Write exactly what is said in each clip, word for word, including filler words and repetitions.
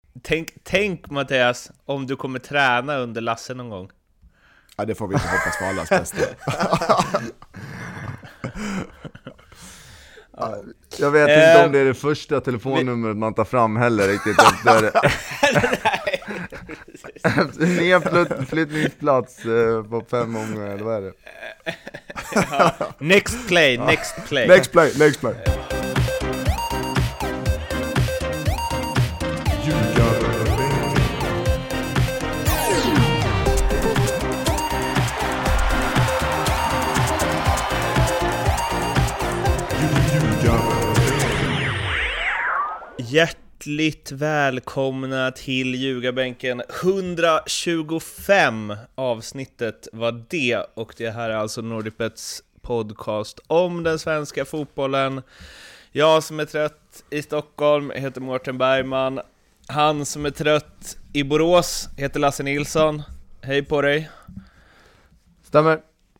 tänk, tänk Mattias, om du kommer träna under Lasse någon gång. Ja, det får vi inte hoppas för allas bästa. Jag vet inte eh, om det är det första telefonnumret man tar fram heller riktigt efter nedflyttningsplats på fem gånger, eller vad är det? Ja. Next play, next play. Next play, next play. Hjärtligt välkomna till Ljugarbänken. etthundratjugofem avsnittet var det, och det här är alltså NordicBets podcast om den svenska fotbollen. Jag som är trött i Stockholm heter Mårten Bergman. Han som är trött i Borås heter Lasse Nilsson. Hej på dig. Stämmer.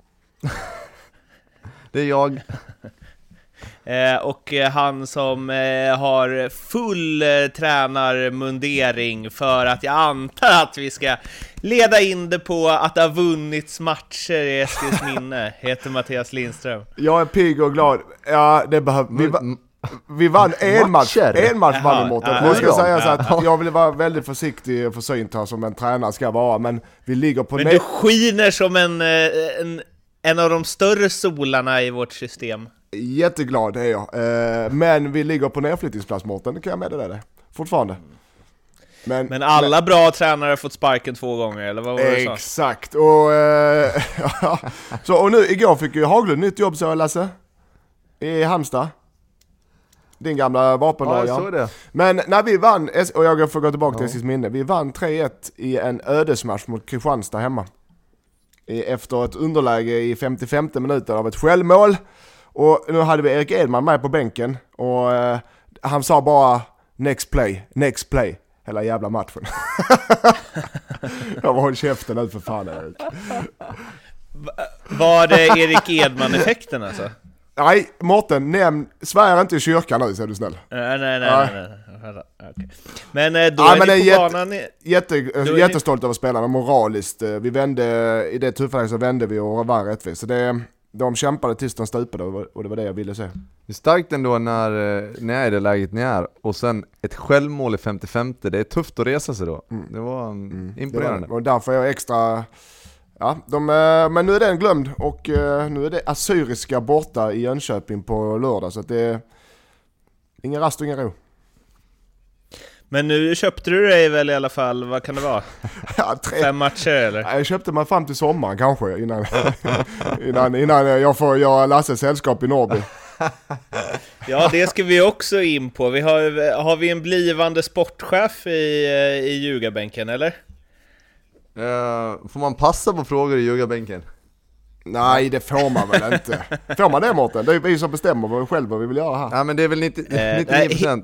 Det är jag. Eh, och eh, han som eh, har full eh, tränarmundering för att jag antar att vi ska leda in det på att det har vunnits matcher i Eskils minne heter Mattias Lindström. Jag är pigg och glad. Ja, det behöver vi, va, vi vann en match. En match vann emot. Nu ska jag säga så att jag vill vara väldigt försiktig och försynt här som en tränare ska vara, men vi ligger på. Men du skiner som en, en en av de större solarna i vårt system. Jätteglad är jag. Eh, men vi ligger på nedflyttningsplats, Mårten, det kan jag meddela det. Fortfarande. Men, men alla men, bra tränare har fått sparken två gånger, eller vad var det så? Exakt. Och, eh, så, och nu, igår fick ju Haglund nytt jobb, så Lasse. I Halmstad. Din gamla vapendragare. Ja, jag såg det. Men när vi vann, och jag får gå tillbaka till Eskils minne, vi vann tre ett i en ödesmatch mot Kristianstad hemma. Efter ett underläge i femtiofemte minuter av ett självmål. Och nu hade vi Erik Edman med på bänken. Och eh, han sa bara next play, next play. Hela jävla matchen. Jag var håll käften nu för fan, Erik. Var det Erik Edman-effekten alltså? Nej, Mårten, nämn, svär inte i kyrkan nu, så är du snäll. Nej, nej, nej. nej, nej. Okay. Men då ja, är men ni på jätte, banan i... jätte, jättestolt över spelarna, moraliskt. Vi vände, i det tuffa läget så vände vi och vann rättvist. Så det, de kämpade tills de stupade, och det var det jag ville se. Det är starkt ändå när ni är i det läget ni är. Och sen ett självmål i femtiofemte, det är tufft att resa sig då. Mm. Det var mm. imponerande. Det var, och därför är jag extra... Ja, de, men nu är den glömd, och nu är det Assyriska borta i Jönköping på lördag, så att det är ingen rast och ingen ro. Men nu köpte du dig väl i alla fall, vad kan det vara? Ja, tre... Fem matcher eller? Jag köpte mig fram till sommaren kanske, innan, innan, innan jag får göra Lasse sällskap i Norrby. Ja, det ska vi också in på. Vi har, har vi en blivande sportchef i, i Ljugarbänken, eller? Uh, får man passa på frågor i Ljugarbänken? Nej, det får man väl inte. Får man det, Mårten? Det är vi som bestämmer vad vi själva vill göra här. Ja, men det är väl nittio, nittionio procent.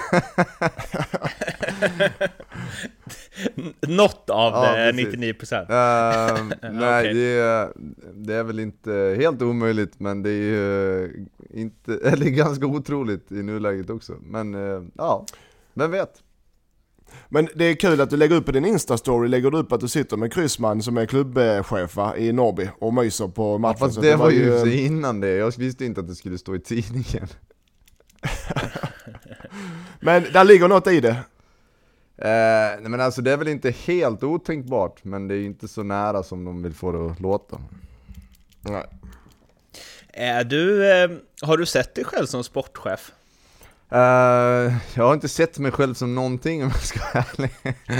Något av det är ja, nittionio procent. Uh, nej, okay. det, är, det är väl inte helt omöjligt, men det är ju inte, eller ganska otroligt i nuläget också. Men uh, ja, vem vet? Men det är kul att du lägger upp på din Insta-story, lägger du upp att du sitter med Kryssman som är klubbchef i Norrby och myser på matchen. Ja, fast det, det var, var ju ju innan det, jag visste inte att det skulle stå i tidningen. Men där ligger något i det. Eh, nej men alltså det är väl inte helt otänkbart, men det är inte så nära som de vill få det att låta. Nej. Är du, eh, har du sett dig själv som sportchef? Uh, jag har inte sett mig själv som någonting, om jag ska vara ärlig.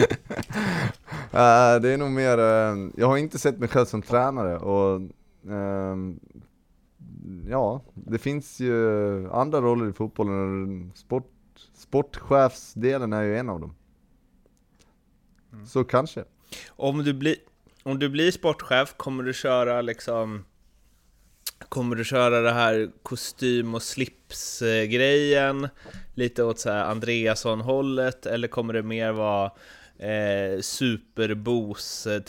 uh, det är nog mer uh, jag har inte sett mig själv som tränare. Och uh, ja, det finns ju andra roller i fotbollen. Sport, sportchefsdelen är ju en av dem. Mm. Så kanske. Om du blir, om du blir sportchef, kommer du köra liksom Kommer du köra det här kostym- och slips-grejen lite åt så här Andreasson-hållet, eller kommer det mer vara eh, superbos eh,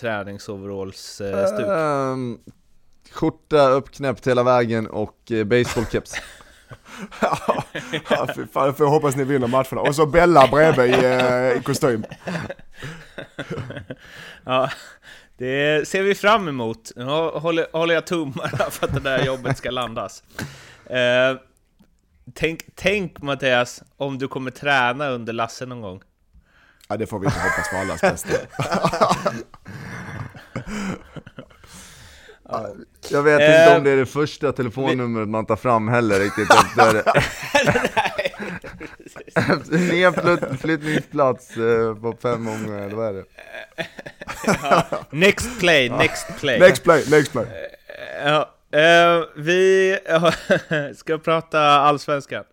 träningsoveralls-stuk? Um, skjorta uppknäppt hela vägen och eh, baseballkeps. ja, fy fan, jag får hoppas ni vinner matcherna. Och så Bella bredvid i, i kostym. Ja, det ser vi fram emot. Nu håller, håller jag tummarna för att det där jobbet ska landas. Eh, tänk, tänk Mattias, om du kommer träna under Lasse någon gång. Ja, det får vi inte hoppas för allas bästa. Jag vet inte eh, om det är det första telefonnumret man tar fram heller riktigt efter nedflyttningsplats eh, på fem gånger, eller vad är det? Ja. Next play, next play. Next play, next play. Ja, eh, vi ska prata allsvenskan.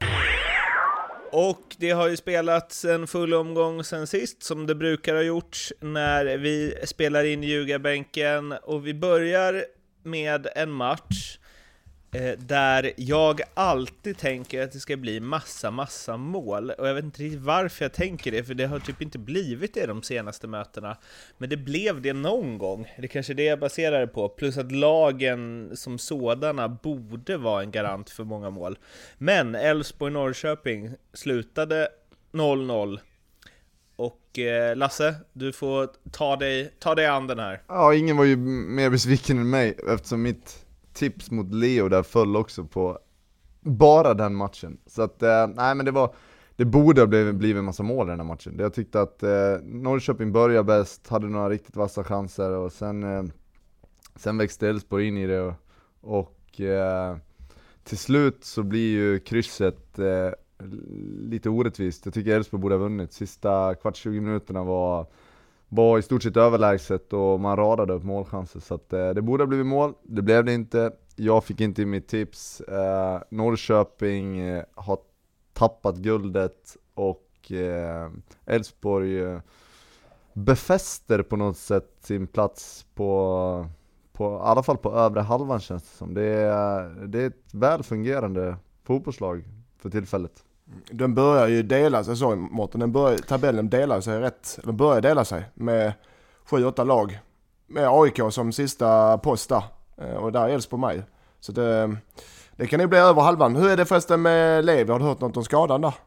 Och det har ju spelats en full omgång sen sist, som det brukar ha gjort när vi spelar in Ljugarbänken. Och vi börjar med en match eh, där jag alltid tänker att det ska bli massa, massa mål. Och jag vet inte riktigt varför jag tänker det, för det har typ inte blivit det de senaste mötena. Men det blev det någon gång. Det är kanske det jag baserar det på. Plus att lagen som sådana borde vara en garant för många mål. Men Elfsborg-Norrköping slutade noll noll. Och eh, Lasse, du får ta dig, ta dig an den här. Ja, ingen var ju mer besviken än mig, eftersom mitt tips mot Leo där föll också på bara den matchen. Så att, eh, nej men det var, det borde ha blivit, blivit en massa mål i den här matchen. Jag tyckte att eh, Norrköping började bäst, hade några riktigt vassa chanser och sen, eh, sen växte Elfsborg in i det och, och eh, till slut så blir ju krysset eh, lite orättvist. Jag tycker Elfsborg borde ha vunnit. Sista kvart tjugo minuterna var, var i stort sett överlägset och man radade upp målchanser. Så att, eh, det borde ha blivit mål. Det blev det inte. Jag fick inte i mitt tips. Eh, Norrköping eh, har tappat guldet och eh, Elfsborg eh, befäster på något sätt sin plats på, på i alla fall på övre halvan, känns det som. Det är, det är ett välfungerande fotbollslag för tillfället. Den börjar ju dela sig, så Mårten, den börjar, tabellen delar sig rätt, den börjar dela sig med sju åtta lag med A I K som sista post där, och där är Elfsborg med. Så det, det kan ju bli över halvan. Hur är det förresten med Levi? Har du hört något om skadan där?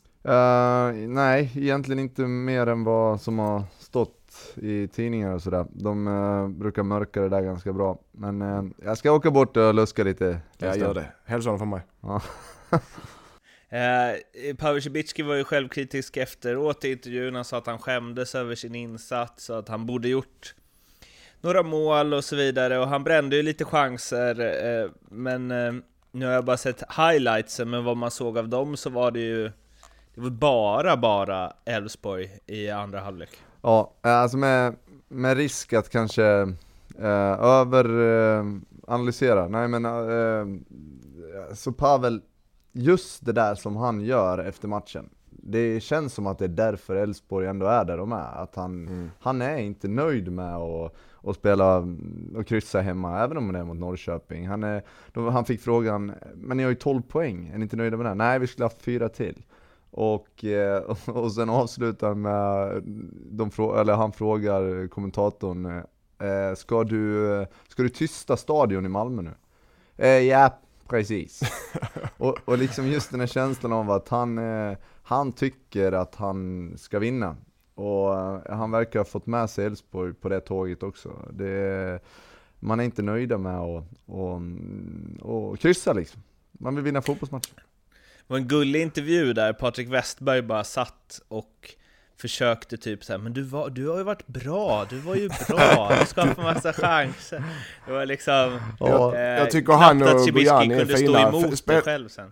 Uh, nej, egentligen inte mer än vad som har stått i tidningar och sådär. De uh, brukar mörka det där ganska bra. Men uh, jag ska åka bort och luska lite. Jag gör det. Hälsa honom från mig. Ja. Eh, Pavel Cibicki var ju självkritisk efteråt i intervjun. Han sa att han skämdes över sin insats och att han borde gjort några mål och så vidare. Och han brände ju lite chanser, eh, men eh, nu har jag bara sett highlightsen, men vad man såg av dem så var det ju det var bara, bara Elfsborg i andra halvlek. Ja, alltså med, med risk att kanske eh, över eh, analysera. Nej men eh, så Pavel, just det där som han gör efter matchen, det känns som att det är därför Elfsborg ändå är där de är. Att han, mm. han är inte nöjd med att, att spela och kryssa hemma, även om det är mot Norrköping. Han, är, då, han fick frågan, men ni har ju tolv poäng, är ni inte nöjda med det? Nej, vi skulle ha haft fyra till. Och, och sen avslutar han med, de frå, eller han frågar kommentatorn, eh, ska, du, ska du tysta stadion i Malmö nu? Eh, ja, precis. och, och liksom just den här känslan av att han, eh, han tycker att han ska vinna. Och eh, han verkar ha fått med sig Elfsborg på det tåget också. Det, man är inte nöjda med att och, och kryssa liksom. Man vill vinna fotbollsmatcher. Det var en gullig intervju där Patrik Westberg bara satt och försökte typ så här, men du, var, du har ju varit bra, du var ju bra, du skapade massa chanser. Det var liksom ja, eh, jag tycker han och Gojani är kunde fina stå emot det själv sen.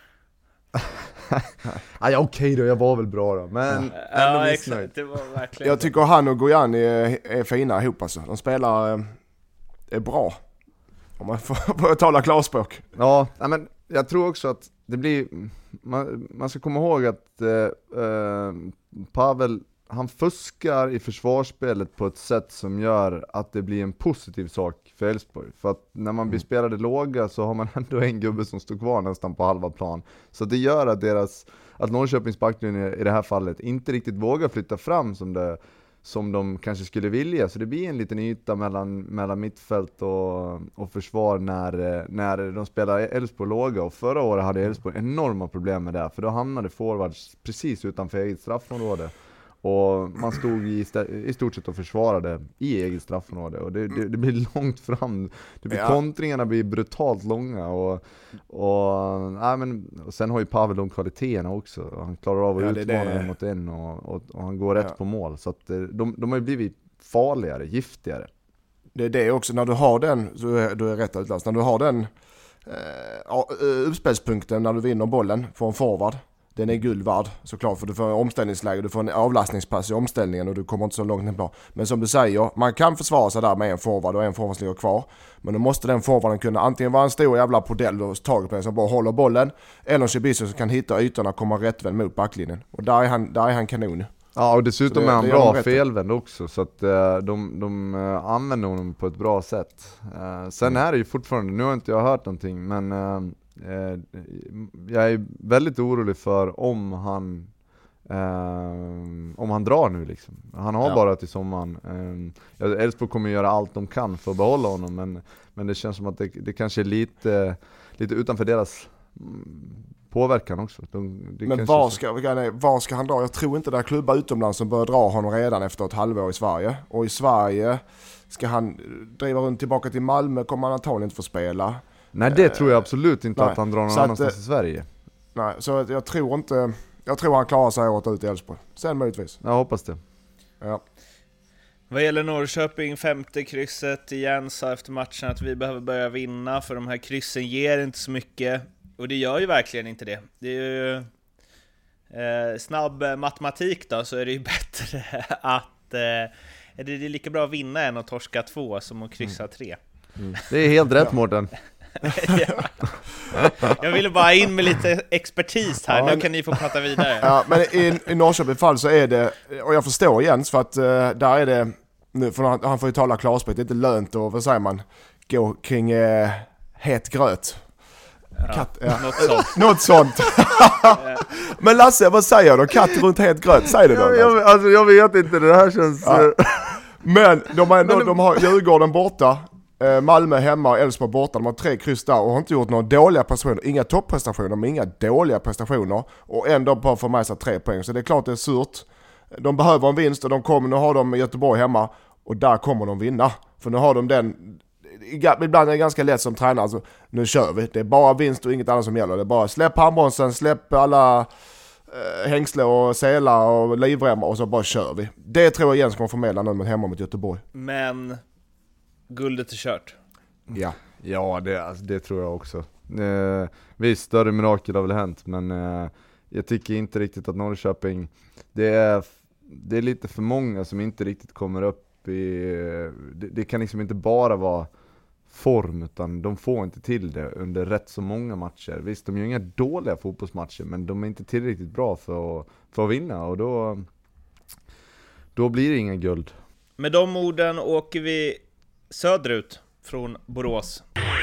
ah, ja, okej då, jag var väl bra då, men ja, ändå missnöjd. Det var verkligen jag tycker han och Gojani är, är fina ihop alltså. De spelar är bra. Om man får, får tala klarspråk. Ja, men jag tror också att det blir, man, man ska komma ihåg att eh, eh, Pavel, han fuskar i försvarsspelet på ett sätt som gör att det blir en positiv sak för Elfsborg. För att när man blir spelade låga så har man ändå en gubbe som står kvar nästan på halva plan. Så det gör att deras, att Norrköpings backlinje i det här fallet inte riktigt vågar flytta fram som det, som de kanske skulle vilja. Så det blir en liten yta mellan, mellan mittfält och, och försvar när, när de spelar Elfsborg låga. Och förra året hade Elfsborg enorma problem med det, för då hamnade forwards precis utanför eget straffområde. Och man stod i, i stort sett och försvarade i eget straffområde. Och det, det, det blir långt fram. Det blir, ja. Kontringarna blir brutalt långa. Och, och, nej, men, och sen har ju Pavel de kvaliteterna också. Han klarar av att ja, utmana en mot en. Och, och, och han går rätt ja. på mål. Så att de, de har ju blivit farligare, giftigare. Det är det också. När du har den, så är du är rätt utlöst. När du har den eh, uppspelspunkten när du vinner bollen från forward. Den är guld värd, såklart, för du får en omställningsläge, du får en avlastningspass i omställningen och du kommer inte så långt ner på. Men som du säger, man kan försvara sig där med en forward och en forward ligger kvar. Men då måste den forwarden kunna antingen vara en stor jävla podell och tag på den som bara håller bollen, eller en Chibiso som kan hitta ytorna och komma rättvänd mot backlinjen. Och där är han, där är han kanon. Ja, och dessutom det, är han bra felvänd också, så att uh, de, de uh, använder honom på ett bra sätt. Uh, sen är det ju fortfarande, nu har inte jag hört någonting, men... Uh, Eh, jag är väldigt orolig för om han eh, om han drar nu liksom. Han har ja. bara till sommaren. Eh, Elfsborg kommer göra allt de kan för att behålla honom, men, men det känns som att det, det kanske är lite, lite utanför deras påverkan också. De, men var ska, var ska han dra? Jag tror inte det är klubbar utomlands som börjar dra honom redan efter ett halvår i Sverige. Och i Sverige ska han driva runt tillbaka till Malmö, kommer han antagligen inte få spela. Nej, det tror jag absolut inte, nej, att han drar någon att, annanstans i Sverige. Nej, så jag tror inte... Jag tror han klarar sig året ut i Elfsborg. Sen möjligtvis. Jag hoppas det. Ja. Vad gäller Norrköping, femte krysset igen, sa efter matchen att vi behöver börja vinna, för de här kryssen ger inte så mycket. Och det gör ju verkligen inte det. Det är ju eh, snabb matematik då, så är det ju bättre att... Eh, det är lika bra att vinna än att torska två som att kryssa mm. tre. Mm. Det är helt rätt, Mårten. Ja. Jag ville bara in med lite expertis här, ja, nu kan ni få prata vidare. Ja, men i, i Norrköpings fall så är det, och jag förstår Jens, för att uh, där är det, nu, för han, han får ju tala klarspråk, det är inte lönt och vad säger man, gå kring uh, het gröt. Ja, Katt, ja. Något sånt. Något sånt. Men Lasse, vad säger du? Katt runt het gröt, säg det då. Jag, jag, alltså, jag vet inte, det här känns... Ja. Men de, är, de, de har Djurgården borta, Malmö hemma och Elfsborg borta. De har tre kryss där och har inte gjort några dåliga prestationer. Inga topprestationer, men inga dåliga prestationer. Och ändå bara får med sig tre poäng. Så det är klart det är surt. De behöver en vinst och de kommer, nu har de Göteborg hemma. Och där kommer de vinna. För nu har de den... Ibland är det ganska lätt som tränare. Alltså, nu kör vi. Det är bara vinst och inget annat som gäller. Det är bara släpp handbromsen, släpp alla eh, hängsle och selar och livremmar och så bara kör vi. Det tror jag Jens kommer förmedla nu med hemma mot Göteborg. Men... guldet är kört. Ja, ja det, alltså, det tror jag också. Eh, visst, större mirakel har väl hänt, men eh, jag tycker inte riktigt att Norrköping, det är, det är lite för många som inte riktigt kommer upp i, det, det kan liksom inte bara vara form, utan de får inte till det under rätt så många matcher. Visst, de gör inga dåliga fotbollsmatcher, men de är inte tillräckligt bra för att, för att vinna, och då, då blir det ingen guld. Med de orden åker vi söderut från Borås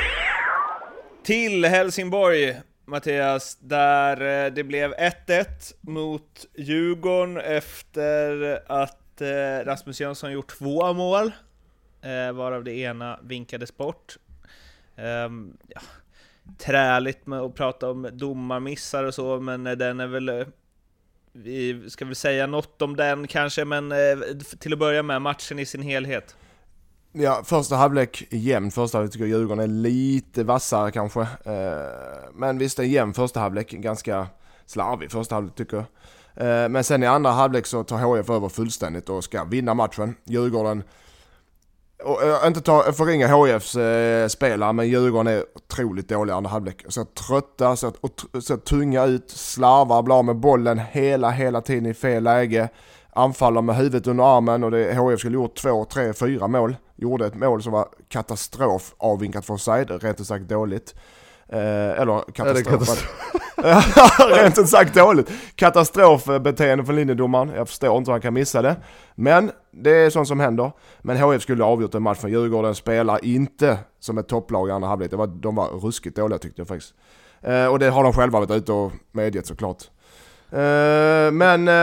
till Helsingborg, Mattias, där det blev ett ett mot Djurgården efter att Rasmus Jönsson gjort två mål, varav det ena vinkades bort. Ja, träligt med att prata om domarmissar och så, men den är väl, vi ska väl säga något om den kanske, men till att börja med matchen i sin helhet. Ja, första halvlek jämn. Första halvlek tycker jag Djurgården är lite vassare kanske. Men visst, en jämn första halvlek. Ganska slarvig första halvlek tycker jag. Men sen i andra halvlek så tar H F över fullständigt och ska vinna matchen. Djurgården, och jag inte ta, förringa H Fs eh, spelare, men Djurgården är otroligt dåliga i andra halvlek. Så trötta, så, och, så tunga ut, slarvar, blir med bollen hela, hela tiden i fel läge. Anfaller med huvudet under armen, och det, H F skulle gjort två, tre, fyra mål. Gjorde ett mål som var katastrof, avvinkat från side, rent ut sagt dåligt. Eh, eller katastrof. Rent ut sagt dåligt. Katastrofbeteende från linjedomaren. Jag förstår inte hur han kan missa det. Men det är sånt som händer. Men H F skulle ha avgjort en match, för Djurgården spelar inte som ett topplag i andra halvlek. Det var, de var ruskigt dåliga tyckte jag faktiskt. Eh, och det har de själva varit ute och medgett såklart. Eh, men... Eh,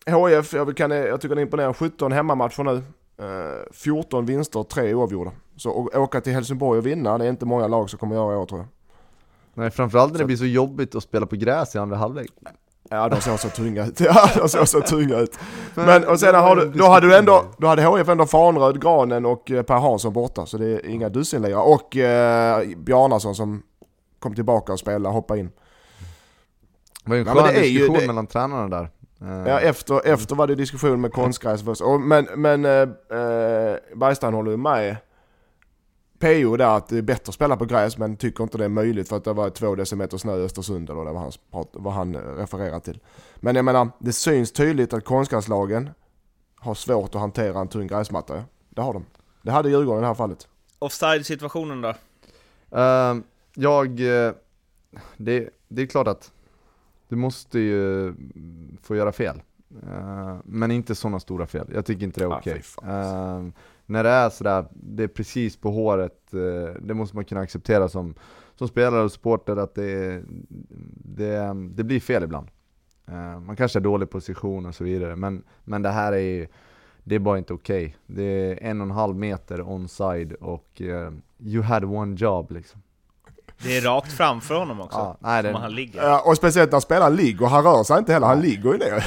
H I F, jag, kan, jag tycker det imponerar, sjutton hemmamatcher nu. Eh, fjorton vinster, tre oavgjorda. Så att åka till Helsingborg och vinna, det är inte många lag som kommer göra i år, tror jag. Nej, framförallt när så. Det blir så jobbigt att spela på gräs i andra halvlek. Ja, de ser så tunga ut. Ja, de ser så tunga ut. Men och sen har du, då hade du ändå, då hade H I F ändå Farnröd, Granen och Per Hansson borta. Så det är inga dussinlirare. Och eh, Bjarnason som kom tillbaka och spelade, hoppa in. Det var ju en ja, skön det diskussion ju, mellan tränarna där. Ja, efter, efter var det diskussion med konstgräs. Och, men men eh, Bergstrand håller ju med P O där att det är bättre att spela på gräs, men tycker inte det är möjligt för att det var två decimeter snö i Östersund, eller det var han, vad han refererar till. Men jag menar, det syns tydligt att konstgräslagen har svårt att hantera en tung gräsmatta. Det har de. Det hade Djurgården i det här fallet. Offside-situationen då? Uh, jag... Uh, det, det är klart att du måste ju få göra fel. Uh, men inte sådana stora fel. Jag tycker inte det är okej. Okay. Uh, när det är sådär, det är precis på håret, uh, det måste man kunna acceptera som, som spelare och supporter, att det, det, det blir fel ibland. Uh, man kanske är dålig position och så vidare, men, men det här är det är bara inte okej. Okay. Det är en och en halv meter onside och uh, you had one job liksom. Det är rakt framför honom också, ja, nej, det... han ligger. Ja, och speciellt när spelaren ligger, han rör sig inte heller, han ligger ju ner.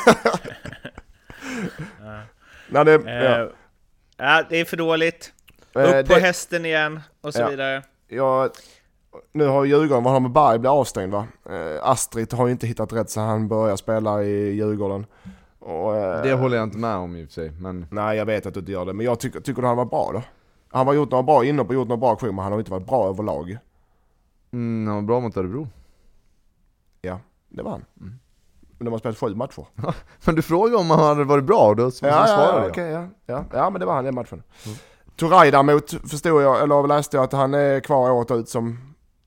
ja. Nej, det, ja. Uh, ja, det är för dåligt. Upp uh, på det... hästen igen och så ja. vidare. Ja, nu har Djurgården, vad har med Berg blir avstängd va? Uh, Astrid har ju inte hittat rätt så han börjar spela i Djurgården. Och, uh, det håller jag inte med om i och för sig. Men... Nej, jag vet att du inte gör det, men jag tycker, tycker att han var bra då. Han har gjort några bra inhopp och gjort några bra aktion, men han har inte varit bra överlag. Mm, han var bra mot Örebro. Ja, det var han. Mm. Men de har spelat sju matcher. Men du frågade om han hade varit bra, då så ja, svarade ja, jag. Okay, ja, ja, ja, men det var han i matchen. Mm. Turay däremot förstod jag, eller läste jag att han är kvar året ut som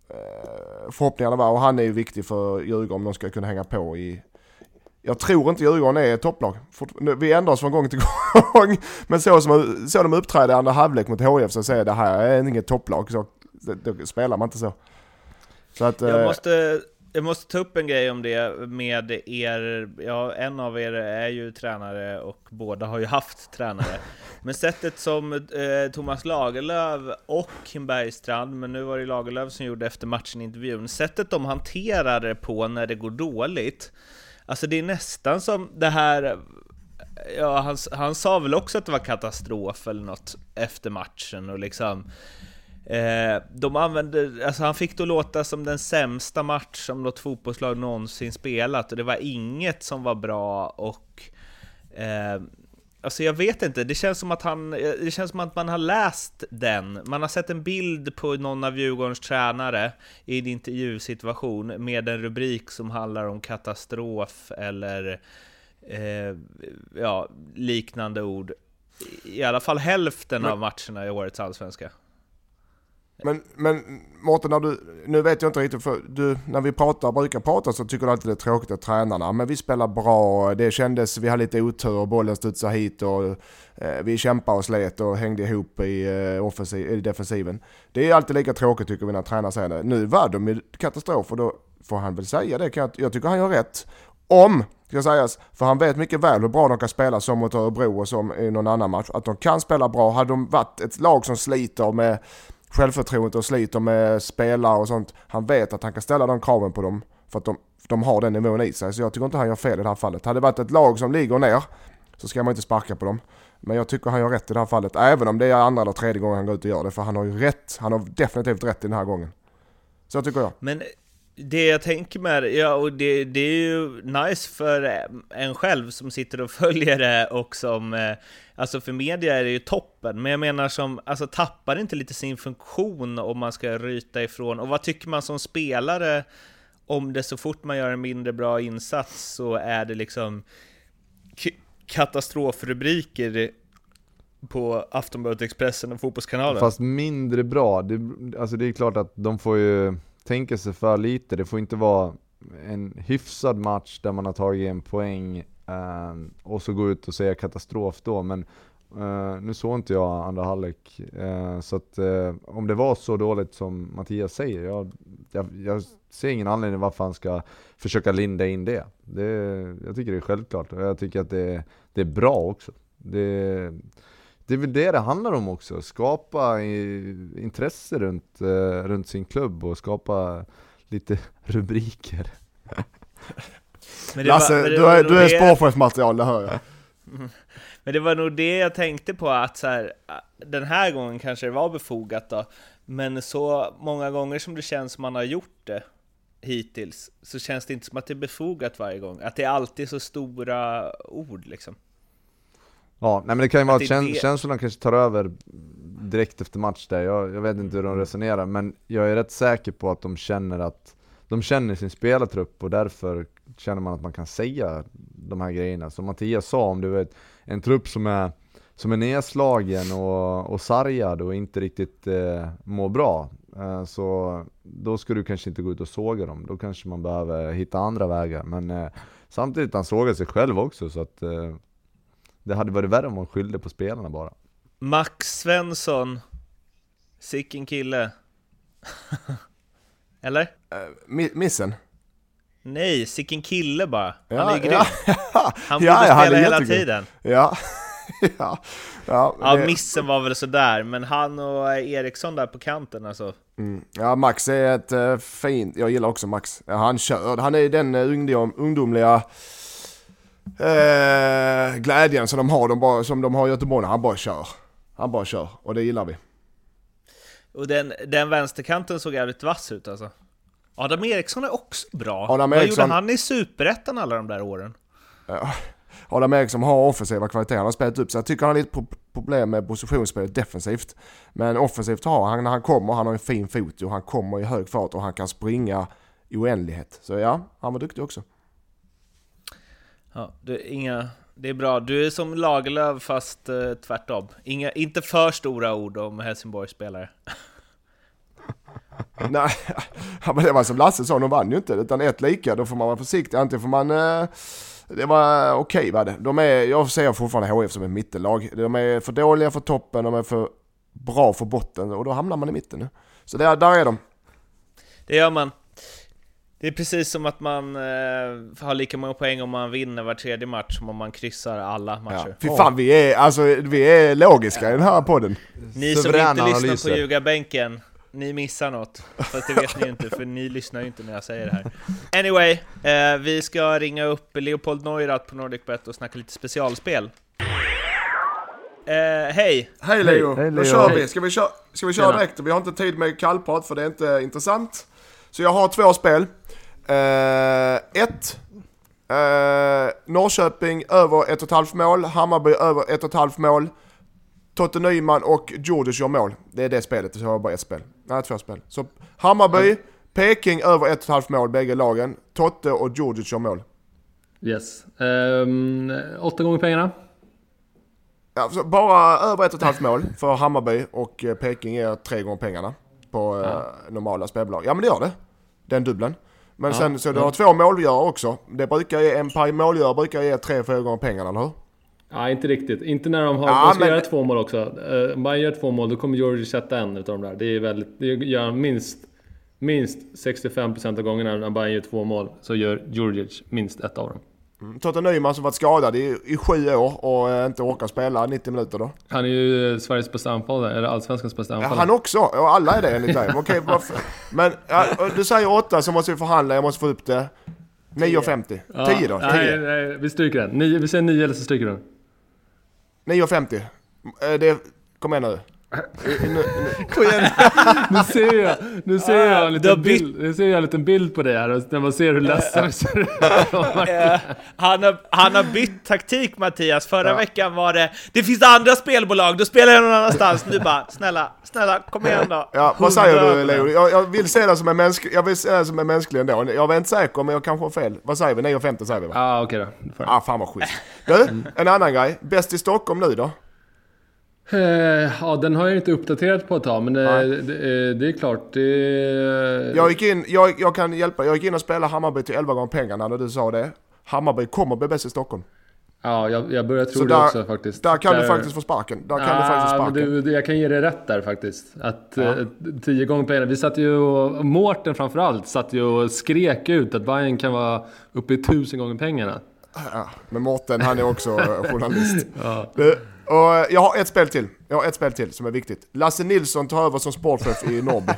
eh, förhoppningarna var. Och han är ju viktig för Djurgården om de ska kunna hänga på i... Jag tror inte Djurgården är ett topplag. Vi ändrar oss från gång till gång. Men så som så de uppträdde andra halvlek mot H I F så säger det här är inget topplag. Så då spelar man inte så. Så att, jag, måste, jag måste ta upp en grej om det med er. Ja, en av er är ju tränare och båda har ju haft tränare. Men sättet som eh, Thomas Lagerlöf och Kim Bergstrand, men nu var det Lagerlöf som gjorde efter matchen intervjun, sättet de hanterar det på när det går dåligt. Alltså det är nästan som det här. Ja, han, han sa väl också att det var katastrof eller något efter matchen och liksom Eh, de använde, alltså han fick då låta som den sämsta match som något fotbollslag någonsin spelat, och det var inget som var bra. Och eh, alltså jag vet inte, det känns som att han det känns som att man har läst den. Man har sett en bild på någon av Djurgårdens tränare i en intervjusituation med en rubrik som handlar om katastrof eller eh, ja, liknande ord. I alla fall hälften Men... av matcherna i årets allsvenska. Men, men Mårten, när du, nu vet jag inte riktigt, för du, när vi pratar, brukar prata så tycker du alltid det är tråkigt att tränarna, men vi spelar bra, det kändes, vi hade lite otur, bollen studsade hit och eh, vi kämpade och slet och hängde ihop i, eh, offensiv, i defensiven. Det är alltid lika tråkigt tycker vi när tränare säger det. Nu var de i katastrof och då får han väl säga det, kan jag, jag tycker han gör rätt. Om, ska sägas, för han vet mycket väl hur bra de kan spela som mot Örebro och som i någon annan match, att de kan spela bra. Hade de varit ett lag som sliter med självförtroende och sliter med spelare och sånt, han vet att han kan ställa de kraven på dem för att de, de har den nivån i sig. Så jag tycker inte han gör fel i det här fallet. Hade det varit ett lag som ligger ner så ska man inte sparka på dem. Men jag tycker han gör rätt i det här fallet, även om det är andra eller tredje gången han går ut och gör det, för han har ju rätt, han har definitivt rätt i den här gången. Så tycker jag. Men det jag tänker med, ja, och det, det är ju nice för en själv som sitter och följer det, och som, alltså för media är det ju toppen, men jag menar som, alltså tappar inte lite sin funktion om man ska ryta ifrån, och vad tycker man som spelare om det så fort man gör en mindre bra insats så är det liksom k- katastrofrubriker på Aftonbladet, Expressen och Fotbollskanalen. Fast mindre bra, det, alltså det är klart att de får ju tänka sig för lite. Det får inte vara en hyfsad match där man har tagit en poäng uh, och så gå ut och säga katastrof då, men uh, nu såg inte jag andra halvlek, uh, så att uh, om det var så dåligt som Mattias säger, jag, jag, jag ser ingen anledning varför han ska försöka linda in det. det jag tycker det är självklart, och jag tycker att det, det är bra också. Det Det är väl det det handlar om också. Skapa intresse runt, eh, runt sin klubb och skapa lite rubriker. Men det Lasse, var, men det du är, du är sportchefsmaterial, det hör jag. Men det var nog det jag tänkte på, att så här, den här gången kanske det var befogat då. Men så många gånger som det känns som man har gjort det hittills, så känns det inte som att det är befogat varje gång. Att det är alltid så stora ord liksom. Ja, nej men det kan ju vara att käns- det... känslorna kanske tar över direkt efter match där. Jag, jag vet inte hur de resonerar, men jag är rätt säker på att de känner att de känner sin spelartrupp, och därför känner man att man kan säga de här grejerna. Som Mattias sa, om du vet en trupp som är som är nedslagen och, och sargad och inte riktigt eh, mår bra, eh, så då ska du kanske inte gå ut och såga dem. Då kanske man behöver hitta andra vägar. Men eh, samtidigt han sågar sig själv också, så att eh, det hade varit värre om man skyllde på spelarna bara. Max Svensson, sicken kille. Eller? Uh, missen? Nej, sicken kille bara. Ja, han är grym. Ja, han borde ja, spela han hela jättegrym. tiden. Ja. ja. Ja, ja det... missen var väl så där, men han och Eriksson där på kanten alltså. Mm. Ja, Max är ett uh, fint. Jag gillar också Max. Ja, han kör. Han är den uh, ungdom, ungdomliga uh, glädjen som de har, de bara, som de har i Göteborg. Han bara kör. Han bara kör, och det gillar vi. Och den, den vänsterkanten såg jävligt vass ut alltså. Adam Eriksson är också bra. Adam Vad Eriksson... gjorde han i Superettan alla de där åren? Ja. Adam Eriksson har offensiva kvaliteter. Han har spelat upp, så jag tycker han har lite problem med positionsspelet defensivt. Men offensivt har han, när han kommer, han har en fin fot och han kommer i hög fart och han kan springa i oändlighet. Så ja, han var duktig också. Ja, du, inga, det är bra. Du är som Lagerlöf fast uh, tvärtom. Inga, inte för stora ord om Helsingborgs spelare. Nej, men det var som Lasse sa, de vann ju inte, utan ett lika, då får man vara försiktig. Antingen får man, eh, det var okej okay, var det. De är, jag säger fortfarande H F som ett mittellag. De är för dåliga för toppen, de är för bra för botten, och då hamnar man i mitten nu. Så där, där är de. Det gör man. Det är precis som att man eh, har lika många poäng om man vinner var tredje match som om man kryssar alla matcher. Ja. Fy fan, vi är, alltså, vi är logiska ja. i den här podden. Ni som Suveräna inte lyssnar analyser. På ljugarbänken, ni missar något. Fast det vet ni inte, för ni lyssnar ju inte när jag säger det här. Anyway, eh, vi ska ringa upp Leopold Neurath på NordicBet och snacka lite specialspel. Eh, hej! Hej Leo, hej, då kör vi. Ska vi köra, ska vi köra direkt? Vi har inte tid med kallprat för det är inte intressant. Så jag har två spel. Eh, ett. Eh, Norrköping över ett och ett halvt mål. Hammarby över ett och ett halvt mål. Totte Nyman och Djurdjic gör mål. Det är det spelet, så jag har bara ett spel. Nej, två spel. Så Hammarby, Peking över ett och ett halvt mål, bägge lagen. Totte och Djurdjic gör mål. Yes. Um, åtta gånger pengarna. Ja, så bara över ett och ett halvt mål för Hammarby, och Peking är tre gånger pengarna på ja. eh, normala spelbolag. Ja, men det gör det. Den dubbeln. Men ja, sen så du har ja. två målgörare också. Det brukar ge en par målgörare brukar ge tre fyra gånger pengarna, eller hur? Ja, inte riktigt. Inte när de har ja, de ska men... göra två mål också. Uh, om man gör två mål, då kommer Georgie sätta en utav de där. Det är väldigt, det gör minst minst sextiofem procent av gångerna när Bayern gör två mål, så gör Georgie minst ett av dem. Mm. Totte Nyman som varit skadad i, i sju år och eh, inte orkar spela nittio minuter då. Han är ju Sveriges bästa anfallare, eller allsvenskans bästa anfallare. Ja, han också, och alla är det enligt dig. Okej, varför? Men ja, du säger åtta, så måste vi förhandla, jag måste få upp det. nio femtio. Ja, tio då? Nej, nej, vi stryker den. nio, vi säger nio eller så stryker den. nio femtio. Det, kom igen nu. Kom igen. Nu ser jag, nu ser jag en liten bild, nu ser jag en liten bild på dig här, och när man ser hur ledsen ser han har han har bytt taktik, Mattias. Förra ja. veckan var det det finns andra spelbolag, då spelar jag någon annanstans. Nu bara snälla, snälla kom igen då. Ja, vad säger du, Leo? Jag, jag vill se det som en mänsklig, jag vill se det som en mänsklig ändå. Jag är inte säker, men jag kanske har fel. Vad säger vi? nio femtio säger vi, va? Ja, ah, okej okay då. Ah, fan vad skit. Du, en annan grej. Bäst i Stockholm nu då? Uh, ja, den har jag inte uppdaterat på ett tag, men uh, det, det är klart det... Jag gick in, jag, jag kan hjälpa, jag gick in och spelade Hammarby till elva gånger pengarna när du sa det. Hammarby kommer bli bäst i Stockholm. Ja, jag, jag börjar tro Så det där, också faktiskt. Där kan där, du faktiskt få sparken. Där kan ah, du faktiskt få sparken. Du, jag kan ge dig rätt där faktiskt. Att Ja. eh, tio gånger pengarna. Vi satt ju, och Mårten framförallt, satt ju och skrek ut att Bayern kan vara uppe i tusen gånger pengarna. Ja, men Mårten, han är också journalist. Ja. Det, och jag har ett spel till. Jag har ett spel till som är viktigt. Lasse Nilsson tar över som sportchef i Norrby.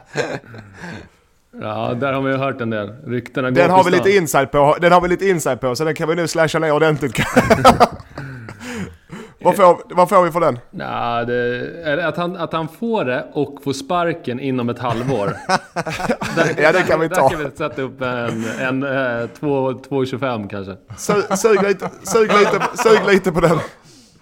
Ja, där har vi ju hört en del. Ryktena går Den på har vi stan. lite insight på. Den har vi lite insight på, så den kan vi nu slasha ner ordentligt. vad, får, vad får vi för den? Ja, det, är att, han, att han får det och får sparken inom ett halvår. där, Ja, det kan vi där ta. kan vi sätta upp en, en, en två komma tjugofem kanske. Sug, sug, lite, sug, lite, sug lite på den.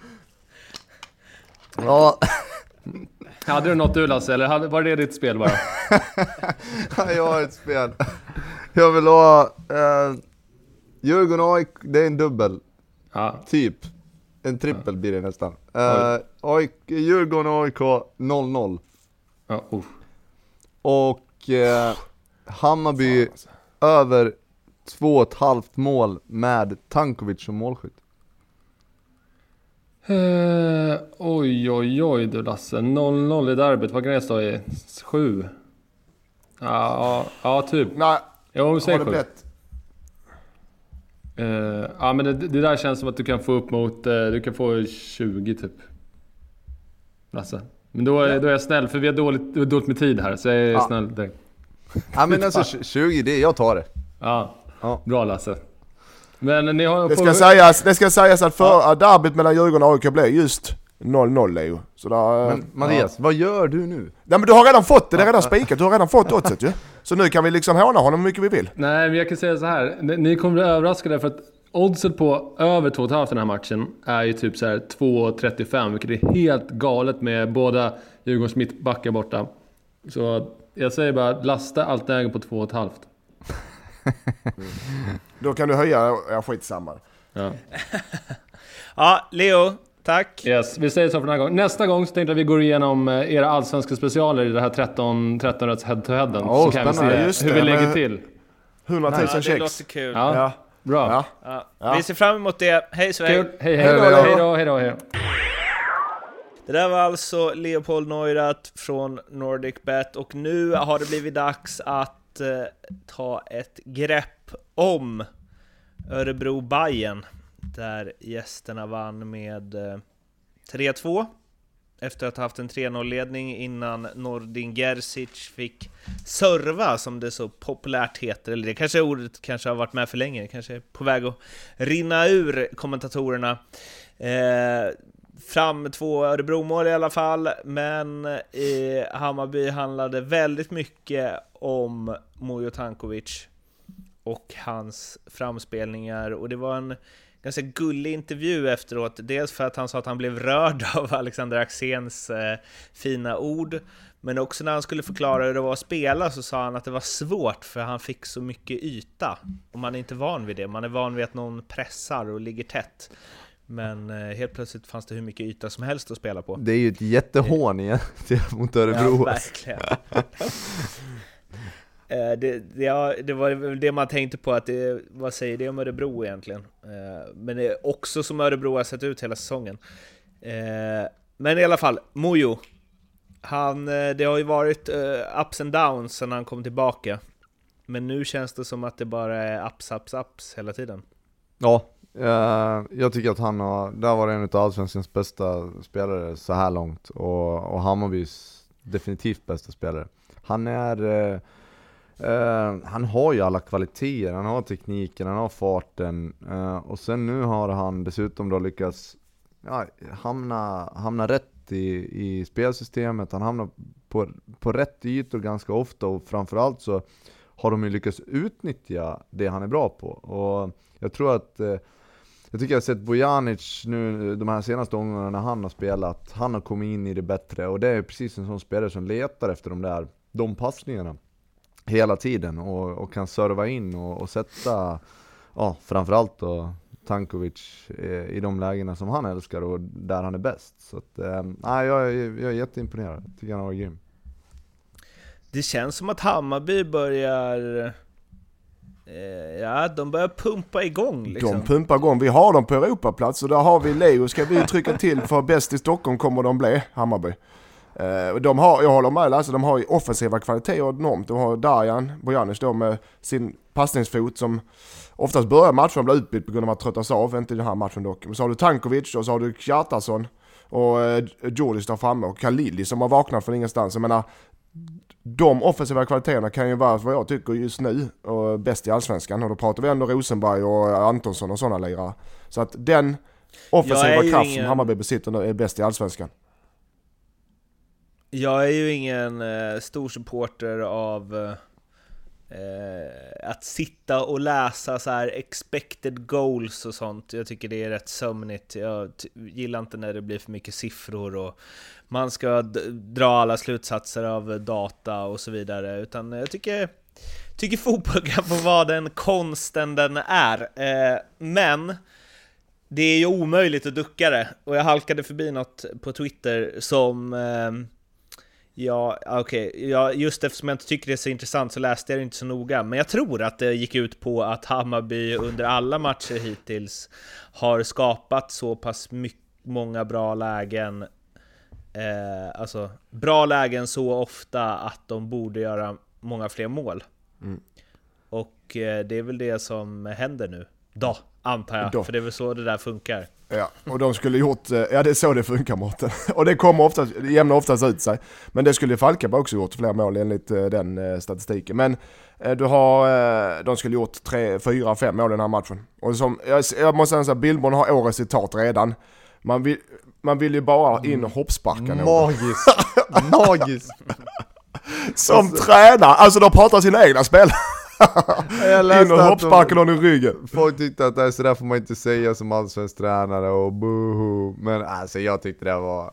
Ja, Hade du något du, Lasse, eller hade, var det ditt spel bara? jag har ett spel. Jag vill ha eh, Djurgården A I K, det är en dubbel. Ja. Typ. En trippel blir det nästan. Eh, A I K, Djurgården A I K noll noll. Ja, uh. Och eh, Hammarby över två och ett halvt mål med Tankovic som målskytt. Uh, oj, oj, oj du Lasse. noll noll i derbyt. Vad kan det stå i? sju? Ja, ja, typ. Nej, Jo, säg har det sju. blivit? Uh, ja, men det, det där känns som att du kan få upp mot... Uh, du kan få tjugo typ. Lasse. Men då, är- då är jag snäll, för vi har dåligt, det är dåligt med tid här. Så jag är Ja. snäll direkt. Ja men alltså tjugo, det, jag tar det. Ja, Ja. bra Lasse. Men ni har... Det på- ska sägas, det ska sägas att för, att derbyt mellan Djurgården och A I K blev just noll noll, Leo. Så där, Men Mattias, vad gör du nu? nej, men du har redan fått det, det är redan spikat. Du har redan fått oddset ju. Så nu kan vi liksom håna honom hur mycket vi vill. Nej, men jag kan säga så här. Ni- Ni kommer bli överraskade för att oddset på över två komma fem den här matchen är ju typ så här två trettiofem, vilket är helt galet med båda Djurgårdens mittbackar borta. Så jag säger bara, lasta allt äger på två komma fem. Då kan du höja, ja skitsamma. Ja. Ja, Leo, tack. Yes, vi säger så för den här gången. Nästa gång så tänkte jag att vi går igenom eh, era allsvenska specialer i det här tretton rätts head-to-headen. Åh, så kan vi spännande. se Just hur det, vi lägger men- till. hundratusen Ja, det kex. låter kul. Ja, Ja. bra. Ja. Ja. Ja. Vi ser fram emot det. Hej Sverige! Kul. Hej, hej. Hej då, Hej hej då. då, hej då, hej då. Det där var alltså Leopold Neurath från NordicBet, och nu har det blivit dags att eh, ta ett grepp om Örebro-Bayern, där gästerna vann med eh, tre två efter att ha haft en tre noll-ledning innan Nordin Gerzic fick serva, som det så populärt heter. Eller det kanske ordet kanske har varit med för länge, det kanske är på väg att rinna ur kommentatorerna. Eh, fram två Örebro-mål i alla fall, men i Hammarby handlade väldigt mycket om Mujo Tankovic och hans framspelningar, och det var en ganska gullig intervju efteråt, dels för att han sa att han blev rörd av Alexander Axéns eh, fina ord, men också när han skulle förklara hur det var att spela så sa han att det var svårt för han fick så mycket yta, och man är inte van vid det, man är van vid att någon pressar och ligger tätt. Men eh, helt plötsligt fanns det hur mycket yta som helst att spela på. Det är ju ett jättehån igen mot Ja, Örebro. verkligen. eh, det, det, ja, det var väl det man tänkte på, att det, vad säger det om Örebro egentligen? Eh, men det är också som Örebro har sett ut hela säsongen. Eh, men i alla fall, Mujo. Han, eh, det har ju varit eh, ups and downs sedan han kom tillbaka. Men nu känns det som att det bara är ups, ups, ups hela tiden. Ja, eh, jag tycker att han har, där var en av allsvenskans bästa spelare så här långt, och, och Hammarbys definitivt bästa spelare. Han är eh, eh, han har ju alla kvaliteter, han har tekniken, han har farten, eh, och sen nu har han dessutom då lyckats ja, hamna, hamna rätt i, i spelsystemet. Han hamnar på, på rätt ytor ganska ofta, och framförallt så har de ju lyckats utnyttja det han är bra på. Och jag tror att eh, jag tycker jag har sett Bojanic nu de här senaste gångerna när han har spelat, han har kommit in i det bättre, och det är precis en sån spelare som letar efter de där de passningarna hela tiden, och, och kan serva in och, och sätta ja, framförallt då Tankovic eh, i de lägena som han älskar och där han är bäst. Så att, eh, nej, jag, är, jag är jätteimponerad. Jag tycker han var grym. Det känns som att Hammarby börjar Ja, de börjar pumpa igång liksom. De pumpar igång. Vi har dem på Europaplats och där har vi Leo. Ska vi trycka till för bäst i Stockholm kommer de bli, Hammarby. De har, jag håller med, alltså, de har ju offensiva kvaliteter enormt. De har Darjan Bojanic då med sin passningsfot som oftast börjar matchen bli utbytt på grund av att tröttas av, inte i den här matchen dock. Men så har du Tankovic och så har du Kjartason och eh, Djurdjic där framme och Khalili som har vaknat från ingenstans. Jag menar, de offensiva kvaliteterna kan ju vara vad jag tycker just nu och bäst i Allsvenskan. Och då pratar vi ändå Rosenberg och Antonsson och sådana lirare. Så att den offensiva kraft ingen... som Hammarby besitter nu är bäst i Allsvenskan. Jag är ju ingen eh, stor supporter av eh, att sitta och läsa så här expected goals och sånt. Jag tycker det är rätt sömnigt. Jag t- gillar inte när det blir för mycket siffror och man ska d- dra alla slutsatser av data och så vidare. Utan jag tycker, tycker fotboll kan få vara den konsten den är. Eh, men det är ju omöjligt att ducka det. Och jag halkade förbi något på Twitter som... Eh, Ja, okej. Okay. Ja, just eftersom jag inte tycker det är så intressant så läste jag det inte så noga. Men jag tror att det gick ut på att Hammarby under alla matcher hittills har skapat så pass mycket, många bra lägen. Eh, alltså, bra lägen så ofta att de borde göra många fler mål. Mm. Och eh, det är väl det som händer nu. Då, antar jag. Då. För det är väl så det där funkar. Ja, och de skulle gjort, ja det är så det funkar Mårten. Och det kommer oftast, det jämnar oftast ut sig. Men det skulle Falkenberg också gjort, fler mål enligt den statistiken. Men du har, de skulle gjort tre, fyra, fem mål i den här matchen. Och som, jag, jag måste säga så här, Billborn har årets citat redan. Man vill, man vill ju bara in och hoppsparka någon. Magiskt, magiskt. Som alltså, tränar, alltså de pratar sina egna spel. In och hoppsparkar någon i ryggen. Folk tyckte att det så där får man inte säga som allsvensk tränare och boohoo. Men alltså jag tyckte det var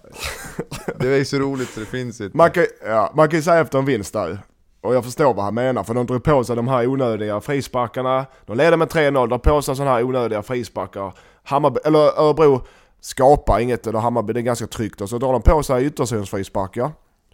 det var ju så roligt så det finns inte. Man kan, ja, man kan ju säga efter en vinst där. Och jag förstår vad han menar, för de drog på sig de här onödiga frisparkarna. De leder med tre noll, drar på sig sådana här onödiga frisparkar. Hammarby, eller Örebro skapar inget, eller Hammarby, det är ganska tryggt. Och så drar de på sig ytterzonsfrisparkar.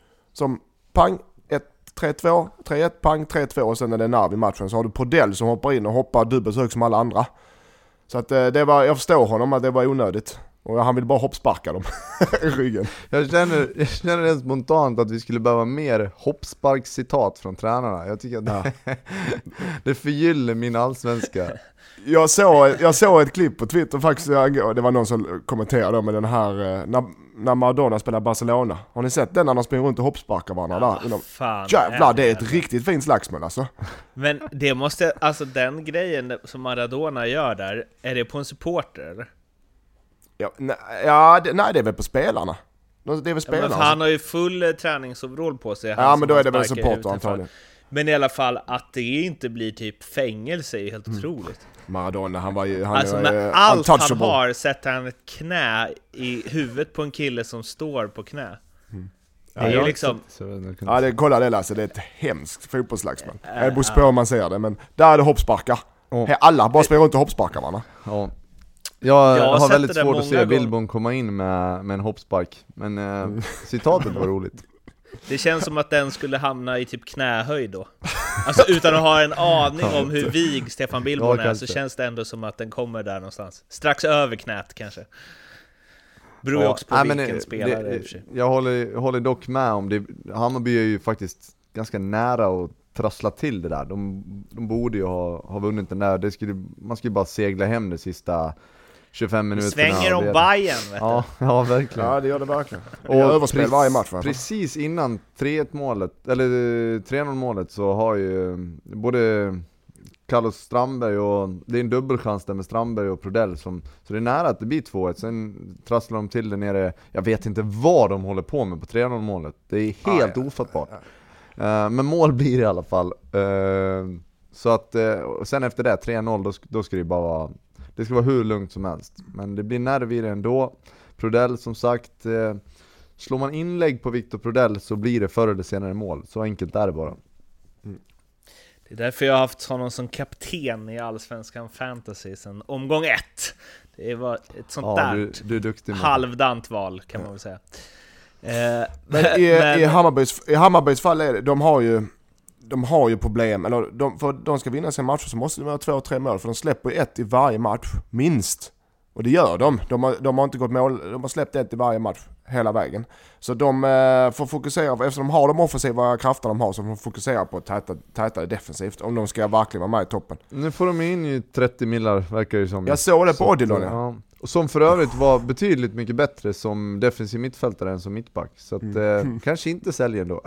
Som pang, tre två, tre ett, pang, tre två och sen är det Nav i matchen. Så har du Prodell som hoppar in och hoppar dubbelt så högt som alla andra. Så att det var, jag förstår honom att det var onödigt. Och han vill bara hoppsparka dem i ryggen. Jag känner, jag känner rent spontant att vi skulle behöva mer hoppsparkscitat från tränarna. Jag tycker att det, ja. det förgyller min allsvenska. Jag såg, jag såg ett klipp på Twitter faktiskt, det var någon som kommenterade med den här, när, när Maradona spelar Barcelona. Har ni sett den när de springer runt och hoppsparkar varandra ja, där? Fan, jävlar, det är ett riktigt fint slagsmål alltså. Men det måste, alltså den grejen som Maradona gör där, är det på en supporter eller? Ja, nej, ja, det, nej, det är väl på spelarna. Det är väl spelarna. Ja, men han har ju full träningsoverall på sig. Ja, men då är det väl supporter antagligen. Men i alla fall att det inte blir typ fängelse är helt mm. otroligt. Maradona, han var ju han alltså är, med allt han har sätter han ett knä i huvudet på en kille som står på knä. Mm. Det är ja, liksom... Ja, det, kolla det Lasse, det är ett hemskt fotbollslagsmål. Äh, jag beror på om man ser det, men där är det hoppsparkar. Oh. Alla bara springer runt och hoppsparkar varandra. Ja. Jag, jag har väldigt svårt att se Billborn komma in med, med en hoppspark. Men eh, mm. citatet var roligt. Det känns som att den skulle hamna i typ knähöjd då. Alltså utan att ha en aning om hur vig Stefan Billborn ja, är så känns det ändå som att den kommer där någonstans. Strax över knät kanske. Beror ju ja, också på nej, vilken det, spelare det, det, Jag håller, håller dock med om det. Hammarby är ju faktiskt ganska nära att trassla till det där. De, de borde ju ha, ha vunnit den där. Det skulle, man skulle bara segla hem det sista tjugofem minuterna. Svänger om Bayern, vet ja, ja, verkligen. Ja, det gör det verkligen. Och överspel varje match. Va? Precis innan tre ett målet, eller tre noll målet så har ju både Carlos Strandberg och det är en dubbelchans där med Strandberg och Prodell som, så det är nära att det blir två ett. Sen trasslar de till det nere. Jag vet inte vad de håller på med på tre noll målet. Det är helt ah, ja. ofattbart. Ja, ja. Uh, men mål blir det i alla fall. Uh, så att uh, sen efter det tre noll då, då ska det bara vara det ska vara hur lugnt som helst. Men det blir nerv i det ändå. Prodell som sagt, eh, slår man inlägg på Victor Prodell så blir det förr eller senare mål. Så enkelt är det bara. Mm. Det är därför jag har haft honom som kapten i Allsvenskan Fantasy sedan omgång ett. Det var ett sånt ja, där du, du är duktig med halvdant val kan man väl säga. Eh, men i, men... i, Hammarbys, i Hammarbys fall är det, de har ju de har ju problem, eller de, för de ska vinna sina matcher så måste de ha två, tre mål, för de släpper ju ett i varje match, minst. Och det gör de. De har, de har inte gått mål, de har släppt ett i varje match hela vägen. Så de eh, får fokusera, eftersom de har de offensiva krafter de har, så får de fokusera på att täta, täta defensivt om de ska verkligen vara med i toppen. Nu får de in ju trettio millar, verkar det som. Jag såg det på Odilon, ja. ja. Och som för övrigt var betydligt mycket bättre som defensiv mittfältare än som mittback. Så att, mm. eh, kanske inte säljer då.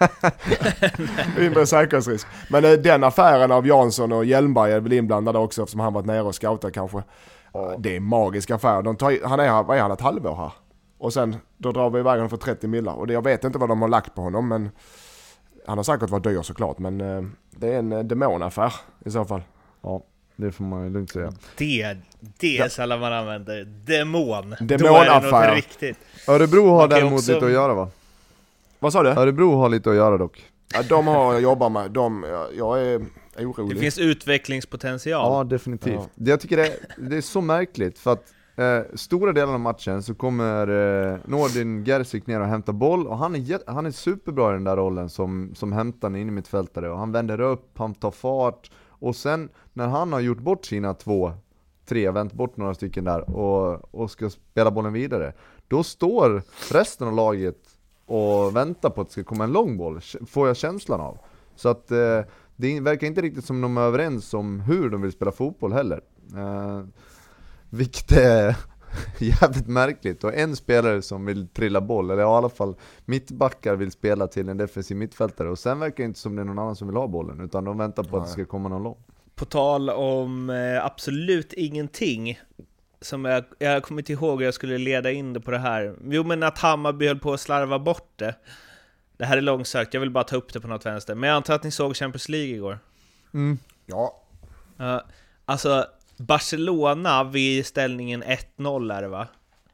Mindre säkerhetsrisk. Men eh, den affären av Jansson och Hjelmberg är väl inblandad också, eftersom han varit nere och scoutat kanske. Ja. Det är en magisk affär. De tar, han är här, vad är han, ett halvår här? Och sen, då drar vi iväg honom för trettio millar. Och det, jag vet inte vad de har lagt på honom, men han har säkert varit dyr såklart. Men eh, det är en eh, demonaffär i så fall. Ja. Det får man ju lugnt säga. Det, det är sällan man använder. Demon. Demonaffär. Riktigt. Örebro har däremot också... lite att göra, va? Vad sa du? Örebro har lite att göra dock. Ja, de har jag jobbar med. De, jag, jag är orolig. Det finns utvecklingspotential. Ja, definitivt. Ja. Det, jag tycker det, det är så märkligt. För att eh, stora delar av matchen så kommer eh, Nordin Gerzik ner och hämtar boll. Och han är, han är superbra i den där rollen som, som hämtar in i mittfältare. Och han vänder upp, han tar fart. Och sen när han har gjort bort sina två, tre, vänt bort några stycken där och, och ska spela bollen vidare, då står resten av laget och väntar på att det ska komma en lång boll, får jag känslan av. Så att eh, det verkar inte riktigt som de är överens om hur de vill spela fotboll heller. Eh, vilket är jävligt märkligt. Och en spelare som vill trilla boll, eller i alla fall mittbackar vill spela till en defensiv mittfältare, och sen verkar det inte som det är någon annan som vill ha bollen, utan de väntar på Nej. att det ska komma någon lång. På tal om eh, absolut ingenting som jag, jag kommer inte ihåg hur jag skulle leda in det på det här. Jo, men att Hammarby höll på att slarva bort det. Det här är långsökt, jag vill bara ta upp det på något vänster. Men jag antar att ni såg Champions League igår. Mm. Ja. Uh, alltså Barcelona vid ställningen ett noll är det, va?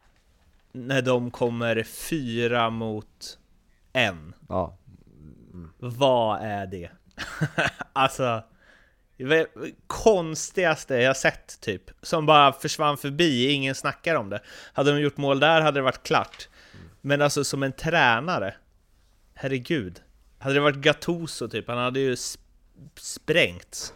När de kommer fyra mot en. Ja. Mm. Vad är det? Alltså, det konstigaste jag sett typ. Som bara försvann förbi, ingen snackar om det. Hade de gjort mål där hade det varit klart. Men alltså som en tränare, herregud. Hade det varit Gattuso typ, han hade ju sp- sprängts.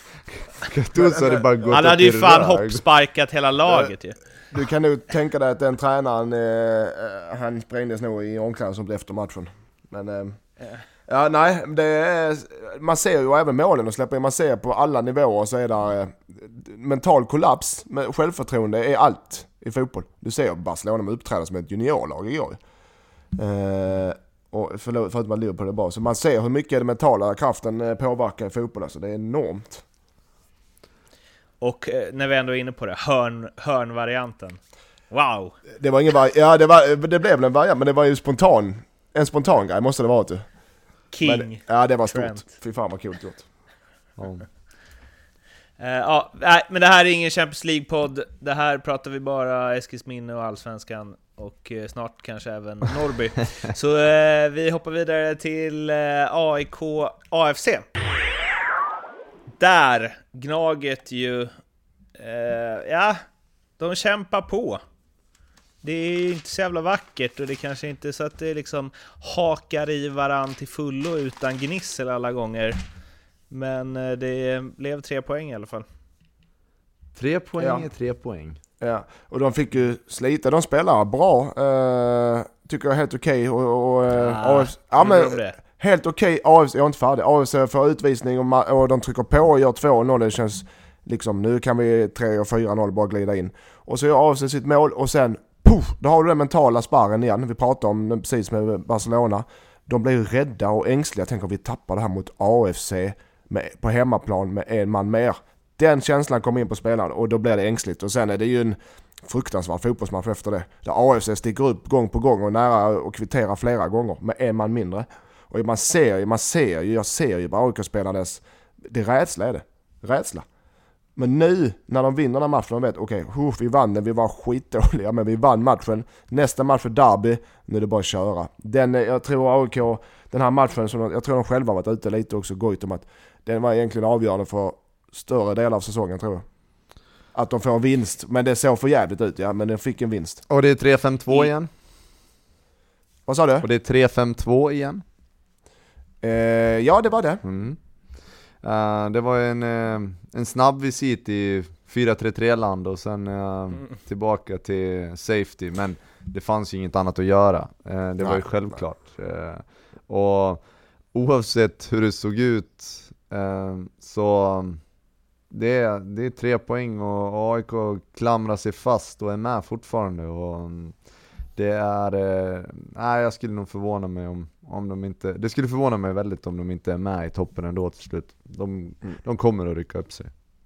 Gattuso hade bara gått. Han hade ju fan hoppsparkat hela laget ju. Du kan nog tänka dig att den tränaren eh, han sprängdes nog i omklädningsrummet efter matchen. Men eh, ja, nej, det är, man ser ju även målen och släpper, man ser på alla nivåer så är det eh, mental kollaps, med självförtroende är allt i fotboll. Du ser Barcelona med uppträda som ett juniorlag igår. Eh, och för, för att man lever på det bra. Så man ser hur mycket den mentala kraften påverkar i fotboll, alltså det är enormt. Och eh, när vi ändå är inne på det, hörn, hörnvarianten. Wow. Det var ingen var- ja, det var det blev en variant, men det var ju spontan, en spontan grej måste det vara du. King. Men, ja, det var stort. Trent. Fy fan vad coolt gjort. Ja. Uh, ja, nej, men det här är ingen Champions League-podd. Det här pratar vi bara Eskilsminne och Allsvenskan. Och uh, snart kanske även Norrby. Så uh, vi hoppar vidare till uh, A I K A F C. Där Gnaget ju... Uh, ja, de kämpar på. Det är inte så jävla vackert och det kanske inte så att det liksom hakar i varann till fullo utan gnissel alla gånger. Men det blev tre poäng i alla fall. Tre poäng Ja. är tre poäng. Ja, och de fick ju slita, de spelar bra. Uh, tycker jag är helt okej. Okay. Och, och, uh, ah, A F C, ja, men, helt okej. Okay. A F C, jag är inte färdig. A F C får utvisning och, ma- och de trycker på och gör två noll. Det känns liksom, nu kan vi tre och fyra noll bara glida in. Och så gör A F C sitt mål och sen, puff, då har du den mentala sparren igen. Vi pratade om den precis med Barcelona. De blir rädda och ängsliga. Jag tänker att vi tappar det här mot A F C med, på hemmaplan med en man mer. Den känslan kommer in på spelaren och då blir det ängsligt. Och sen är det ju en fruktansvärd fotbollsmatch efter det. Där A F C sticker upp gång på gång och nära och kvitterar flera gånger med en man mindre. Och man ser ju, man ser ju, jag ser ju bara A I K-spelarnas, det är rädsla är det. Rädsla. Men nu när de vinner den matchen, de vet okej, okay, vi vann den, vi var skitdåliga men vi vann matchen. Nästa match för derby, nu är det bara att köra. Den, jag tror A I K, den här matchen, som jag tror de själva varit ute lite också gojt om att den var egentligen avgörande för större delar av säsongen tror jag. Att de får en vinst, men det såg för jävligt ut, ja, men de fick en vinst. Och det är tre fem två igen. Vad sa du? Och det är tre fem två igen. Eh, ja, det var det. Mm. Uh, det var en, uh, en snabb visit i fyra tre tre-land och sen uh, mm. tillbaka till safety. Men det fanns ju inget annat att göra. Uh, det nej, var ju självklart. Uh, och oavsett hur det såg ut uh, så det är, det är tre poäng och A I K klamrar sig fast och är med fortfarande. Och det är... Uh, nej, jag skulle nog förvåna mig om Om de inte, det skulle förvåna mig väldigt om de inte är med i toppen ändå till slut. De, de kommer att rycka upp sig.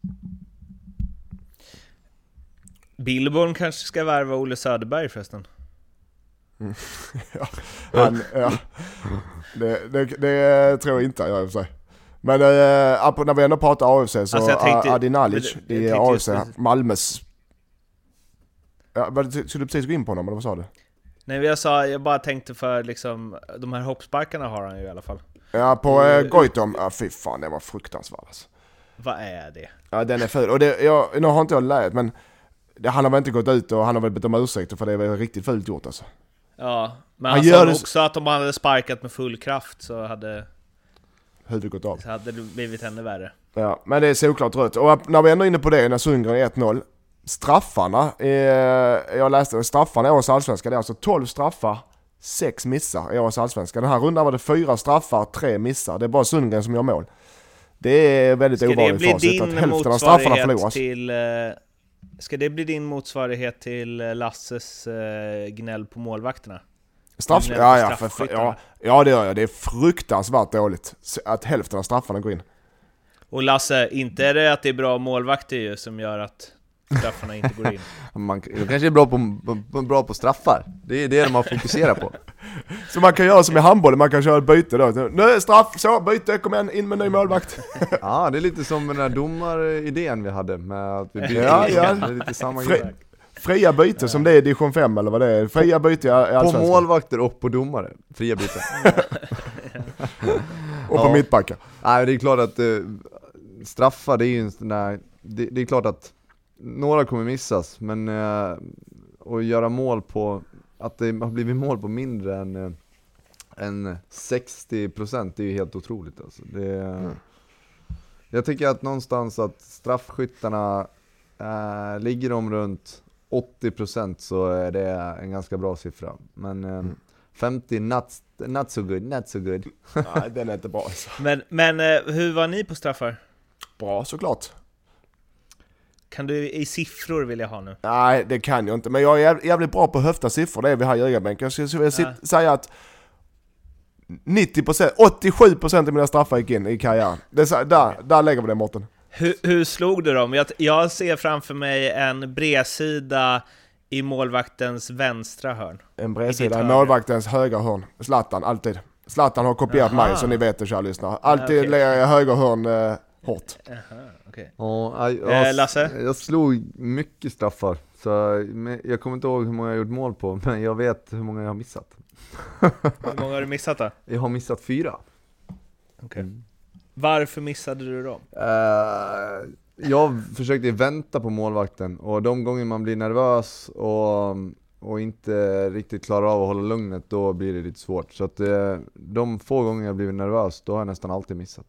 Billborn kanske ska värva Olle Söderberg förresten. Mm. ja, han, ja. Det, det, det tror jag inte jag i och för sig. Men äh, när vi ändå pratar A F C så alltså tänkte, Adi Nalic i A F C, Malmös... Ja, skulle du precis gå in på honom eller vad sa du? Nej, jag sa, jag bara tänkte för liksom, de här hoppsparkarna har han ju i alla fall. Ja, på äh, Goitom, ja fy fan, det var fruktansvärt alltså. Vad är det? Ja, den är ful. Och det, jag, nu har inte jag lärt, men det, han har väl inte gått ut och han har väl bett om ursäkt för det är väl riktigt fult gjort alltså. Ja, men han, han sa också att om han hade sparkat med full kraft så hade huvudet gått av. Så hade det blivit ännu värre. Ja, men det är såklart rött. Och när vi ändå är inne på det, när Sundgren är ett noll, straffarna, eh, jag läste straffarna i årets allsvenska, det är alltså tolv straffar, sex missar i årets allsvenska. Den här rundan var det fyra straffar, tre missar. Det är bara Sundgren som gör mål. Det är väldigt ovanligt facit att hälften av straffarna förloras. Till, eh, ska det bli din motsvarighet till Lasses eh, gnäll på målvakterna? Straff, ja, ja, för, för, ja, ja, det gör jag. Det är fruktansvärt dåligt att hälften av straffarna går in. Och Lasse, inte är det att det är bra målvakter ju som gör att straffarna inte går in. Man, de kanske är bra på, på, bra på straffar. Det är det de har fokuserat på. Så man kan göra som i handboll, man kan köra ett byte då. Nu straff, så byte, kom igen, in med ny målvakt. Ja, det är lite som den här domaridén vi hade med att vi byter. Ja, ja. Det är lite samma Fri, grej. Fria byte ja. Som det är i division fem eller vad det är. Fria byte i allsvenskan. På målvakter och på domare. Fria byte. Och på ja. Mittbackar. Nej, det är klart att uh, straffar, det är ju en sån där, det, det är klart att några kommer missas, men uh, att göra mål på, att det har blivit mål på mindre än, uh, än sextio procent, det är ju helt otroligt alltså. Det, uh, mm. Jag tycker att någonstans att straffskyttarna uh, ligger de runt åttio procent så är det en ganska bra siffra. Men uh, mm. femtio, not, not so good, not so good. Nej, den är inte bra alltså. Men, men uh, hur var ni på straffar? Bra, såklart. Kan du i siffror vilja ha nu? Nej, det kan jag inte. Men jag är jävligt bra på att höfta siffror. Det är vi här i Jägarbänken. Jag skulle ja. säga att nittio procent, åttiosju procent av mina straffar gick in i karriären. Det är, där, där lägger vi den måtten. Hur, hur slog du dem? Jag, jag ser framför mig en bredsida i målvaktens vänstra hörn. En bredsida i, i målvaktens högra hörn. Zlatan, alltid. Zlatan har kopierat Aha. mig, så ni vet det, kära lyssnare. Alltid okay. lägger jag höger hörn eh, hårt. Aha, okay. Ja, jag, jag, eh, Lasse? Jag slog mycket straffar. Så jag kommer inte ihåg hur många jag gjort mål på, men jag vet hur många jag har missat. Hur många har du missat då? Jag har missat fyra. Okay. Mm. Varför missade du dem? Uh, jag försökte vänta på målvakten, och de gånger man blir nervös och, och inte riktigt klarar av att hålla lugnet, då blir det lite svårt. Så att uh, de få gånger jag blivit nervös, då har jag nästan alltid missat.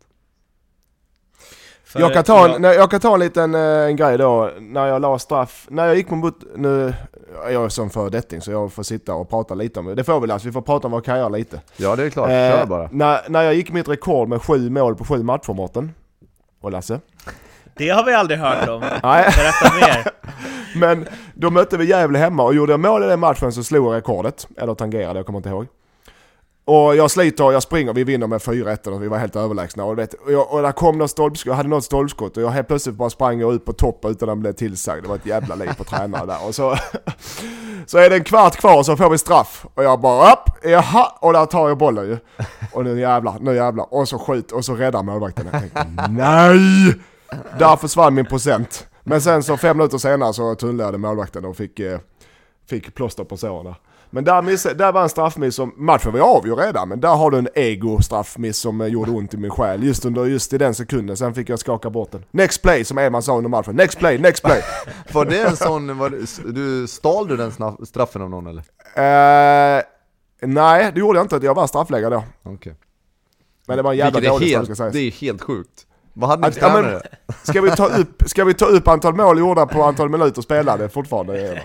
Jag kan, ta en, jag... jag kan ta en liten en grej då, när jag la straff, när jag gick på mot, nu, jag är som fördetting så jag får sitta och prata lite om det, det får vi alltså, vi får prata om vad kan jag göra lite. Ja, det är klart, kör eh, bara. När, när jag gick mitt rekord med sju mål på sju matcher, Mårten och Lasse. Det har vi aldrig hört om. Nej. Berätta mer. Men då mötte vi Gävle hemma och gjorde jag mål i den matchen så slog jag rekordet, eller tangerade, jag kommer inte ihåg. Och jag sliter och jag springer, vi vinner med fyra ett och vi var helt överlägsna. Och, vet, och, jag, och där kom något stolpskott, jag hade något stolpskott och jag helt plötsligt bara sprang ut på topp utan att bli tillsagd. Det var ett jävla liv på tränare där. Och så, så är det en kvart kvar och så får vi straff. Och jag bara upp, jaha, och där tar jag bollen ju. Och nu jävlar, nu jävlar. Och så skjut och så räddar målvakten. Jag tänkte, nej! Där försvann min procent. Men sen så fem minuter senare så tunnlade målvakten och fick, fick plåster på såren. Men där, miss, där var en straffmiss som, matchen var avgjord redan, men där har du en ego-straffmiss som gjorde ont i min själ. Just under just i den sekunden, sen fick jag skaka bort den. Next play, som Edman sa under matchen. Next play, next play. Var det en sån, var det, du stal du den straffen av någon eller? Uh, nej, det gjorde jag inte, jag var straffläggare då. Okej. Okay. Men det var en jävla Vilket är dålig helt, start, ska sägas. det är helt sjukt. Vad hade ni Att, ja, tränare? men, ska, vi ta upp, ska vi ta upp antal mål gjorda på antal minuter spelade fortfarande?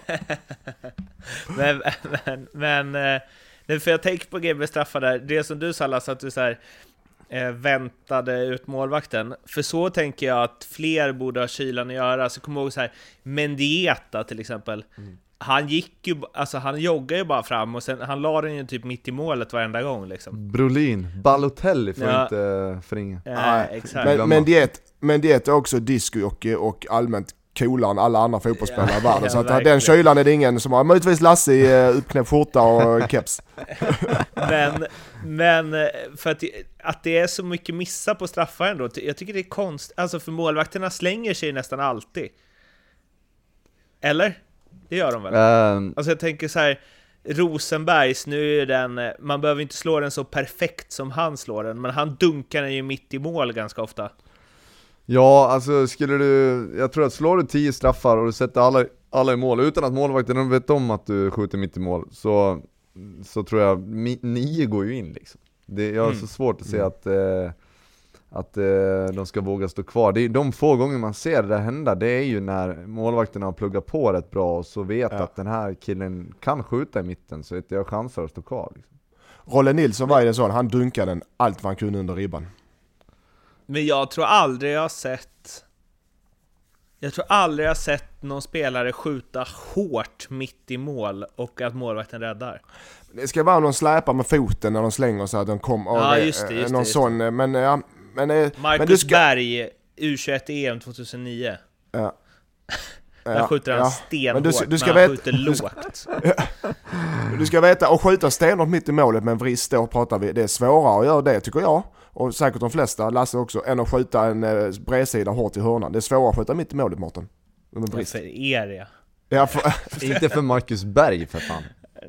men, men, men eh, för jag tänker på G B straffar där, det som du sa Lasse, att du så här, eh, väntade ut målvakten. För så tänker jag att fler borde ha kylan att göra. Så kommer jag ihåg så här, Mendieta till exempel. Mm. Han gick ju, alltså han joggade ju bara fram och sen han la den ju typ mitt i målet varenda gång liksom. Brolin, Balotelli får ja. inte förringa. Ja, Nej, exakt. Men, men, det, men det är också discjockey och allmänt coolare än alla andra fotbollsspelare i världen. Ja, så att verkligen. den kylan är det ingen som har. Möjligtvis Lasse i uh, uppknäppt skjorta och keps. men, men för att, att det är så mycket missa på straffar ändå. Jag tycker det är konstigt. Alltså för målvakterna slänger sig nästan alltid. Eller? Det gör de väl? Um, alltså jag tänker så här, Rosenbergs, nu är den, man behöver inte slå den så perfekt som han slår den, men han dunkar den ju mitt i mål ganska ofta. Ja, alltså skulle du, jag tror att slår du tio straffar och du sätter alla, alla i mål utan att målvakten vet om att du skjuter mitt i mål, så, så tror jag mi, nio går ju in liksom. Det, jag har mm. så svårt att se mm. att eh, att eh, de ska våga stå kvar. Det är de få gånger man ser det hända, det är ju när målvakterna har pluggat på rätt bra och så vet ja. att den här killen kan skjuta i mitten, så att jag har chanser att stå kvar liksom. Rolle Nilsson var ju en sån, han dunkade den allt vad han kunde under ribban. Men jag tror aldrig jag har sett Jag tror aldrig jag har sett någon spelare skjuta hårt mitt i mål och att målvakten räddar. Det ska vara någon släpa med foten när de slänger så att de kommer. Ja, just det, just någon det, sån, det. men ja, men Marcus men du ska... Berg U tjugoett E M tjugohundranio. Ja. Där ja, skjuter han ja. stenhårt, men du, du ska men veta, han skjuter du ska, lågt. Du ska veta, och skjuta stenhårt mitt i målet med en vrist, då pratar vi, det är svårare att göra det tycker jag. Och säkert de flesta, Lasse också, än att skjuta en eh, bredsida hårt i hörnan. Det är svårare att skjuta mitt i målet, Mårten. Ja, för er ja. Ja, för... Inte för Marcus Berg för fan.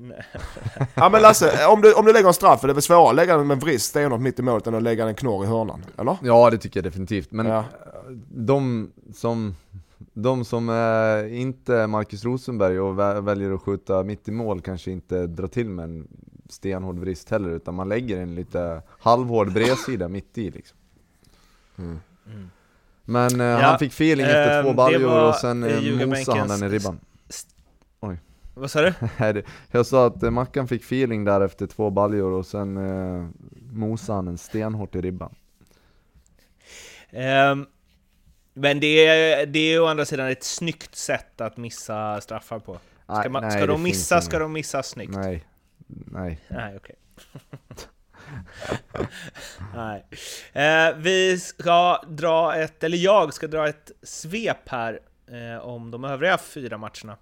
Ja men Lasse, om du, om du lägger en straff, är det väl svårare att lägga den med en vrist stenhårt mitt i målet än att lägga en knorr i hörnan, eller? Ja, det tycker jag definitivt. Men ja. de som... De som är inte Marcus Rosenberg och vä- väljer att skjuta mitt i mål kanske inte drar till med en stenhård vrist heller, utan man lägger en lite halvhård bredsida mitt i liksom. Mm. Mm. Men eh, ja, han fick feeling efter eh, två baljor och sen eh, mosade han den i ribban. Oj. Vad sa du? Jag sa att eh, Mackan fick feeling där efter två baljor och sen eh, mosade han en stenhårt i ribban. Um. Men det är, det är å andra sidan ett snyggt sätt att missa straffar på. Ska, man, nej, ska de missa, ska de missa snyggt? Nej, nej. Nej, okej. Okay. nej. Eh, vi ska dra ett, eller jag ska dra ett svep här eh, om de övriga fyra matcherna.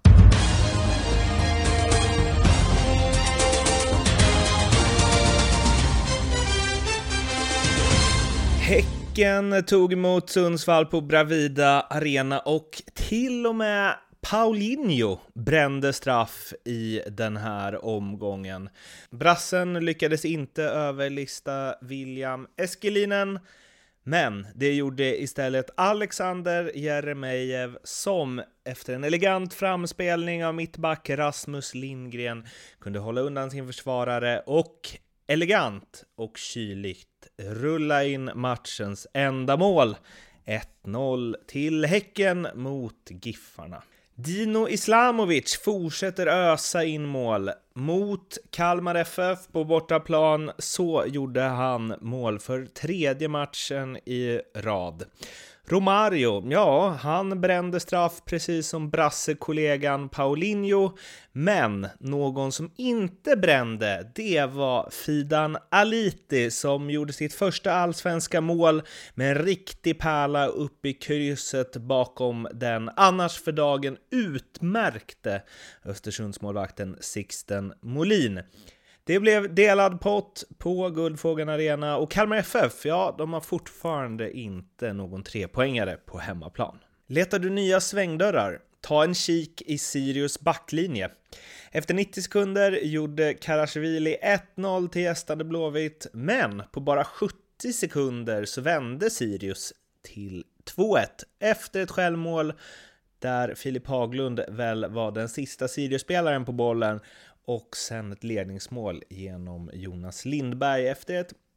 Häcken tog emot Sundsvall på Bravida Arena och till och med Paulinho brände straff i den här omgången. Brassen lyckades inte överlista William Eskelinen, men det gjorde istället Alexander Jeremejeff som efter en elegant framspelning av mittback Rasmus Lindgren kunde hålla undan sin försvarare och elegant och kyligt rulla in matchens enda mål. ett noll till Häcken mot Giffarna. Dino Islamovic fortsätter ösa in mål. Mot Kalmar F F på bortaplan så gjorde han mål för tredje matchen i rad. Romario, ja, han brände straff precis som brassekollegan Paulinho, men någon som inte brände, det var Fidan Aliti som gjorde sitt första allsvenska mål med en riktig pärla upp i krysset bakom den annars för dagen utmärkte Östersundsmålvakten Sixten Molin. Det blev delad pott på Guldfågeln Arena och Kalmar F F, ja, de har fortfarande inte någon trepoängare på hemmaplan. Letar du nya svängdörrar? Ta en kik i Sirius backlinje. Efter nittio sekunder gjorde Karashvili ett noll till gästande Blåvitt, men på bara sjuttio sekunder så vände Sirius till två ett efter ett självmål där Filip Haglund väl var den sista Sirius-spelaren på bollen. Och sen ett ledningsmål genom Jonas Lindberg efter ett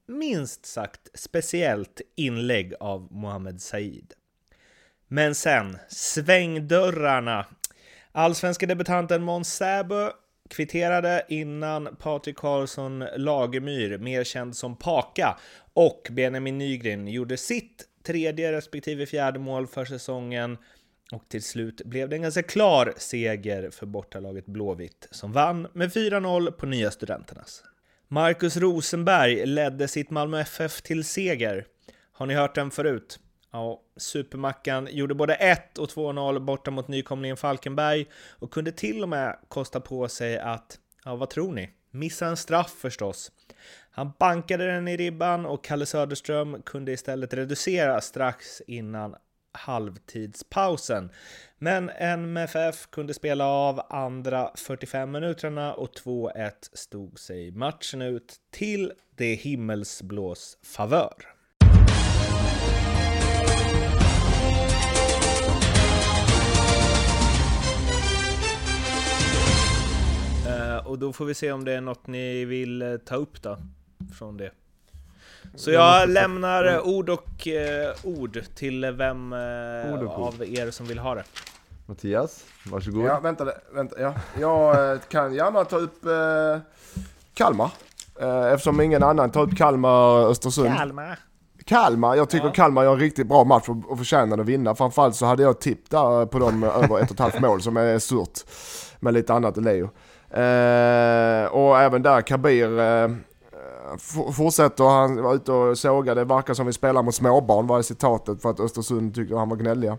minst sagt speciellt inlägg av Mohamed Said. Men sen, svängdörrarna. Allsvenska debutanten Måns Säbö kvitterade innan Patrik Karlsson Lagemyr, mer känd som Paka, och Benjamin Nygren gjorde sitt tredje respektive fjärde mål för säsongen. Och till slut blev det en ganska klar seger för bortalaget Blåvitt som vann med fyra noll på Nya Studenternas. Marcus Rosenberg ledde sitt Malmö F F till seger. Har ni hört den förut? Ja, Supermackan gjorde både ett och två noll borta mot nykomlingen Falkenberg och kunde till och med kosta på sig att, ja vad tror ni, missa en straff förstås. Han bankade den i ribban och Kalle Söderström kunde istället reducera strax innan halvtidspausen. Men M F F kunde spela av andra fyrtiofem minuterna och två ett stod sig matchen ut till det himmelsblås favör. Uh, och då får vi se om det är något ni vill uh, ta upp då från det. Så jag lämnar ord och eh, ord till vem eh, av er som vill ha det. Mattias, varsågod. Ja, vänta, vänta ja. Jag kan gärna ta upp eh, Kalmar. Eh, eftersom ingen annan tar upp Kalmar Östersund. Kalmar. Kalmar, jag tycker ja. Kalmar gör en riktigt bra match och, och förtjänar att vinna. Framförallt så hade jag tipp där på dem över ett och ett halvt mål som är surt. Med lite annat än Leo. Eh, och även där Kabir... Eh, fortsätter, han var ute och sågade, det verkar som vi spelar mot småbarn, var i citatet för att Östersund tycker han var gnälliga.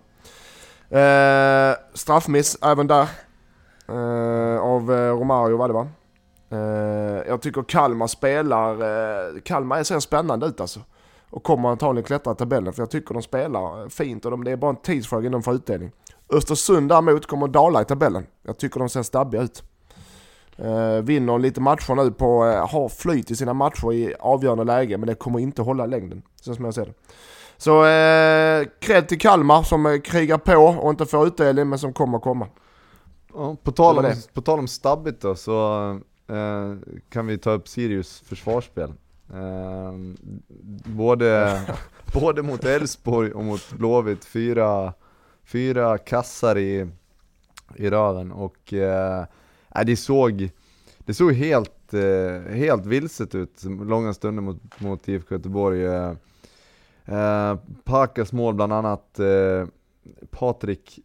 Eh, straffmiss även där eh, av eh, Romario var det va? Eh, jag tycker Kalmar spelar eh, Kalmar ser spännande ut alltså och kommer antagligen klättra tabellen för jag tycker de spelar fint och de, det är bara en tidsfråga innan de får utdelning. Östersund däremot kommer att dala i tabellen. Jag tycker de ser stabbiga ut. Uh, vinner lite matcher nu på uh, har flyt i sina matcher i avgörande läge men det kommer inte hålla längden så som jag ser det. Så uh, cred till Kalmar som uh, krigar på och inte får utdelning men som kommer komma. Ja, på tal om på tal om stabbigt då så uh, kan vi ta upp Sirius försvarsspel. Uh, både både mot Elfsborg och mot Blåvitt fyra fyra kassar i i röven och uh, Nej, det såg det såg helt eh, helt vilset ut långa stunder mot mot I F K Göteborg. Eh, eh, Pakas mål bland annat eh, Patrik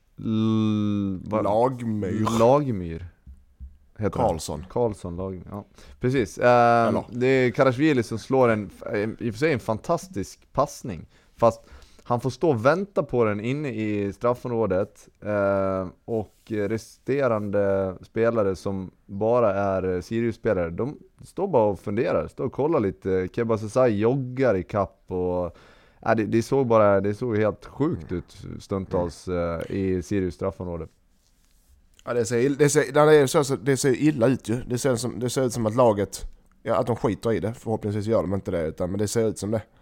L- Lagmyr. Lagmyr heter Karlsson. Karlsson Lagmyr. Ja, precis. Eh, det är Karasjvili som slår en i och för sig en fantastisk passning fast han får stå och vänta på den inne i straffområdet eh, och resterande spelare som bara är Sirius-spelare, de står bara och funderar, står och kollar lite. Keba Sesai joggar i kapp och äh, det, det såg bara det såg helt sjukt ut stundtals eh, i Sirius straffområde. Ja, det ser det ser det är så det ser illa ut ju. Det ser som det ser ut som att laget ja, att de skiter i det. Förhoppningsvis gör de inte det utan men det ser ut som det.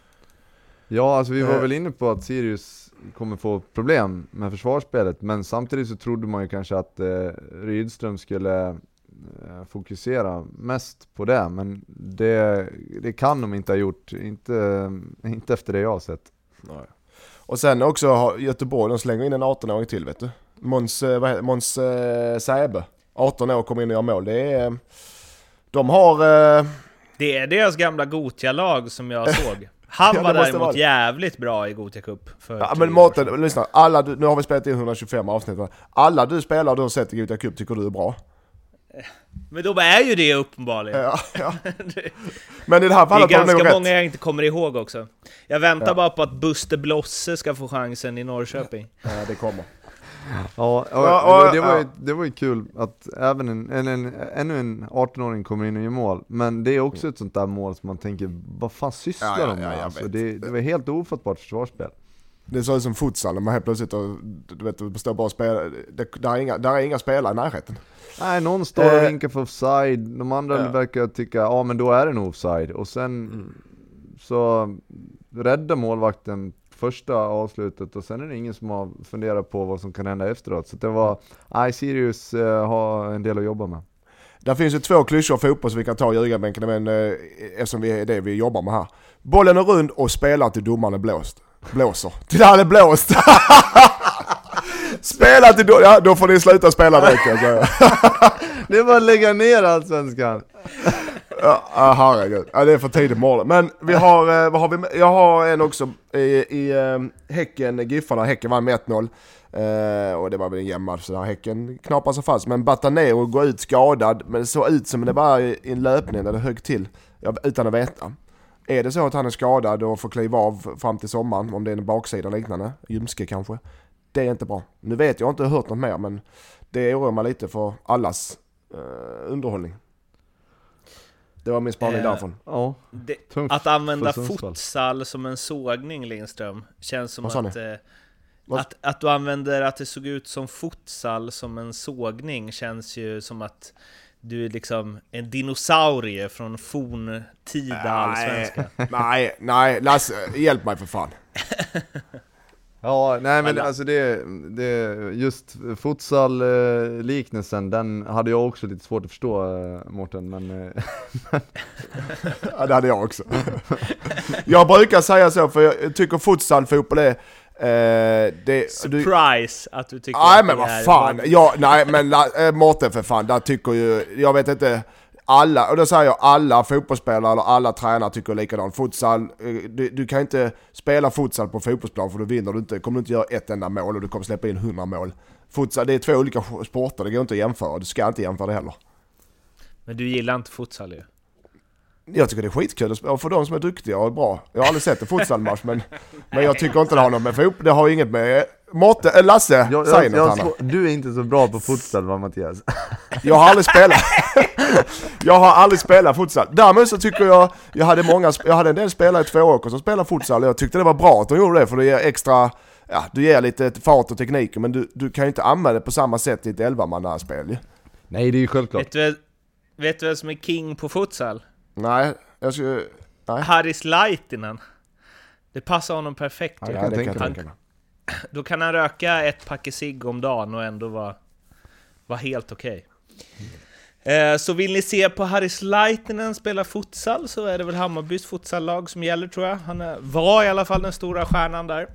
Ja, alltså vi var väl inne på att Sirius kommer få problem med försvarsspelet, men samtidigt så trodde man ju kanske att eh, Rydström skulle eh, fokusera mest på det, men det, det kan de inte ha gjort, inte, inte efter det jag har sett. Nej. Och sen också har Göteborg, de slänger in en arton-åring till, vet du. Måns, vad heter, Måns eh, Säbe, arton år, kommer in och gör mål. Det är, de har... Eh... Det är deras gamla Gotia-lag som jag såg. Han var ja, däremot jävligt bra i Gothia Cup. Ja, men Mårten, lyssna. Alla du, nu har vi spelat in hundratjugofem avsnitt. Alla du spelar du har sett i Gothia Cup tycker du är bra. Men då är ju det uppenbarligen. Ja, ja. Men i det här fallet det är ganska rätt. många jag inte kommer ihåg också. Jag väntar ja. bara på att Buster Blosse ska få chansen i Norrköping. Ja, det kommer. Ja, och, ja, och, det, var ju, det var ju kul att även en, en, en, ännu en arton-åring kommer in och gör mål. Men det är också ett sånt där mål som man tänker, vad fan sysslar ja, de med? Ja, ja, alltså, det, det var helt ofattbart försvarsspel. Det är så som futsal, man helt plötsligt och, du vet, du står bara och spelar. Det, där, är inga, där är inga spelare i närheten. Nej, någon står och vinkar för offside. De andra ja. verkar tycka, ja men då är det nog offside. Och sen mm. så räddar målvakten första avslutet och sen är det ingen som har funderat på vad som kan hända efteråt. Så det var, I Sirius uh, har en del att jobba med. Där finns ju två klyschor fotboll som vi kan ta i ljugarbänken, men eh, eftersom vi är det vi jobbar med här. Bollen är rund och spelar till domaren är blåst. Blåser. Till han är blåst. Spela till do- ja, då får ni sluta spela direkt. Alltså. Det är bara att lägga ner Allsvenskan. Ja, herregud. Ja, det är för tidigt morgon. Men vi har, vad har vi med? Jag har en också i, i äh, Häcken, Giffarna. Häcken var med ett noll. Uh, och det var väl en jämn match så där Häcken knapar sig fast. Men Batanero går ut skadad, men det såg ut som det bara i en löpning där det högg till. Ja, utan att veta. Är det så att han är skadad och får kliva av fram till sommaren, om det är en baksida liknande, ljumske kanske, det är inte bra. Nu vet jag inte, jag har hört något mer, men det oroar mig lite för allas uh, underhållning. Det var min spaning eh, därifrån. Ja, det, att använda futsal som en sågning, Lindström, känns som att, eh, att att du använder att det såg ut som futsal som en sågning känns ju som att du är liksom en dinosaurie från forntida allsvenska. Nej, nej, Lasse, hjälp mig för fan. Ja, nej men alltså det, det just futsal-liknelsen, den hade jag också lite svårt att förstå, Mårten, men... Ja, det hade jag också. Jag brukar säga så, för jag tycker futsal-fotboll är... Eh, det, Surprise du, att du tycker nej, att men det vad är... fan, ja, nej men äh, Mårten för fan, där tycker ju, jag vet inte, alla, och då säger jag alla fotbollsspelare eller alla tränare tycker likadant. Futsal, du, du kan inte spela futsal på fotbollsplan, för då vinner du inte, kommer du inte göra ett enda mål och du kommer släppa in hundra mål. Futsal, det är två olika sporter, det går inte att jämföra, du ska inte jämföra det heller. Men du gillar inte futsal ju. Jag tycker det är skitkul för de som är duktiga och bra. Jag har aldrig sett en futsalmatch, men, men jag tycker inte det har något med fotboll. Det har inget med... Mårte, äh, Lasse, jag, säg jag, något jag, Du är inte så bra på futsal, va, Mattias? Jag har aldrig spelat. Jag har aldrig spelat futsal. Därmed så tycker jag... Jag hade, många, jag hade en del spelare i två år som spelade futsal. Och jag tyckte det var bra att de gjorde det, för det ger extra... Ja, du ger lite fart och teknik, men du, du kan ju inte använda det på samma sätt i ett elva-manna-spel ju. Nej, det är ju självklart. Vet du, vet du vem som är king på futsal? Nej, jag skulle... Nej. Haris Laitinen. Det passar honom perfekt. Ja, ja, det kan jag tänka mig. Då kan han röka ett pack cigg om dagen och ändå vara, vara helt okej. Okay. Eh, så vill ni se på Haris Laitinen spela futsal, så är det väl Hammarbys futsallag som gäller, tror jag. Han är, var i alla fall den stora stjärnan där.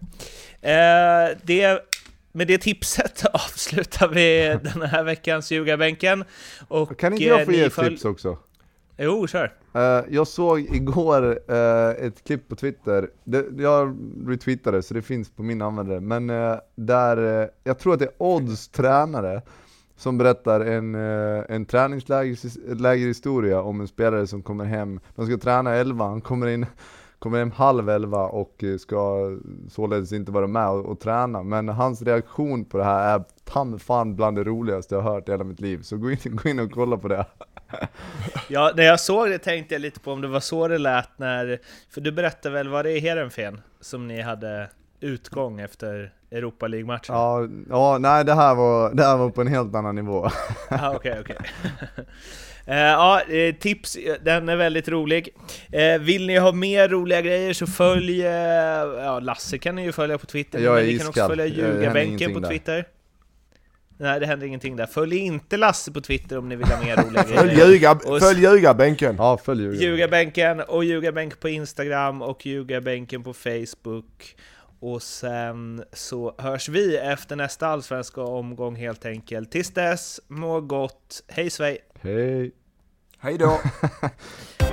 Eh, det, med det tipset avslutar vi den här veckans ljugarbänken. Och kan inte jag få ge ett följ... tips också? Jo, kör. Uh, jag såg igår uh, ett klipp på Twitter. Det, jag retweetade, så det finns på min användare. Men uh, där, uh, jag tror att det är Odds tränare som berättar en, uh, en träningslägerhistoria om en spelare som kommer hem. De ska träna elva, han kommer in kommer hem halv elva och ska således inte vara med och, och träna. Men hans reaktion på det här är tan fan bland det roligaste jag har hört i hela mitt liv. Så gå in, gå in och kolla på det. Ja, när jag såg det tänkte jag lite på om det var så det lät när... För du berättade väl, var det i Heerenveen som ni hade utgång efter Europa League-matchen? Ja, ja, nej, det här var, det här var på en helt annan nivå. Ja, okej, okej. Ja, tips, den är väldigt rolig. Vill ni ha mer roliga grejer så följ... Ja, Lasse kan ni ju följa på Twitter. Jag är ni kan också följa Ljugarbänken på Twitter. Där. Nej, det händer ingenting där. Följ inte Lasse på Twitter om ni vill ha mer roliga grejer. Följ, ljuga, följ Ljugarbänken. Ja, följ Ljugarbänken. Ljugarbänken och Ljugarbänk på Instagram och Ljugarbänken på Facebook. Och sen så hörs vi efter nästa allsvenska omgång helt enkelt. Tills dess, må gott. Hej Svej. Hej. Hej då.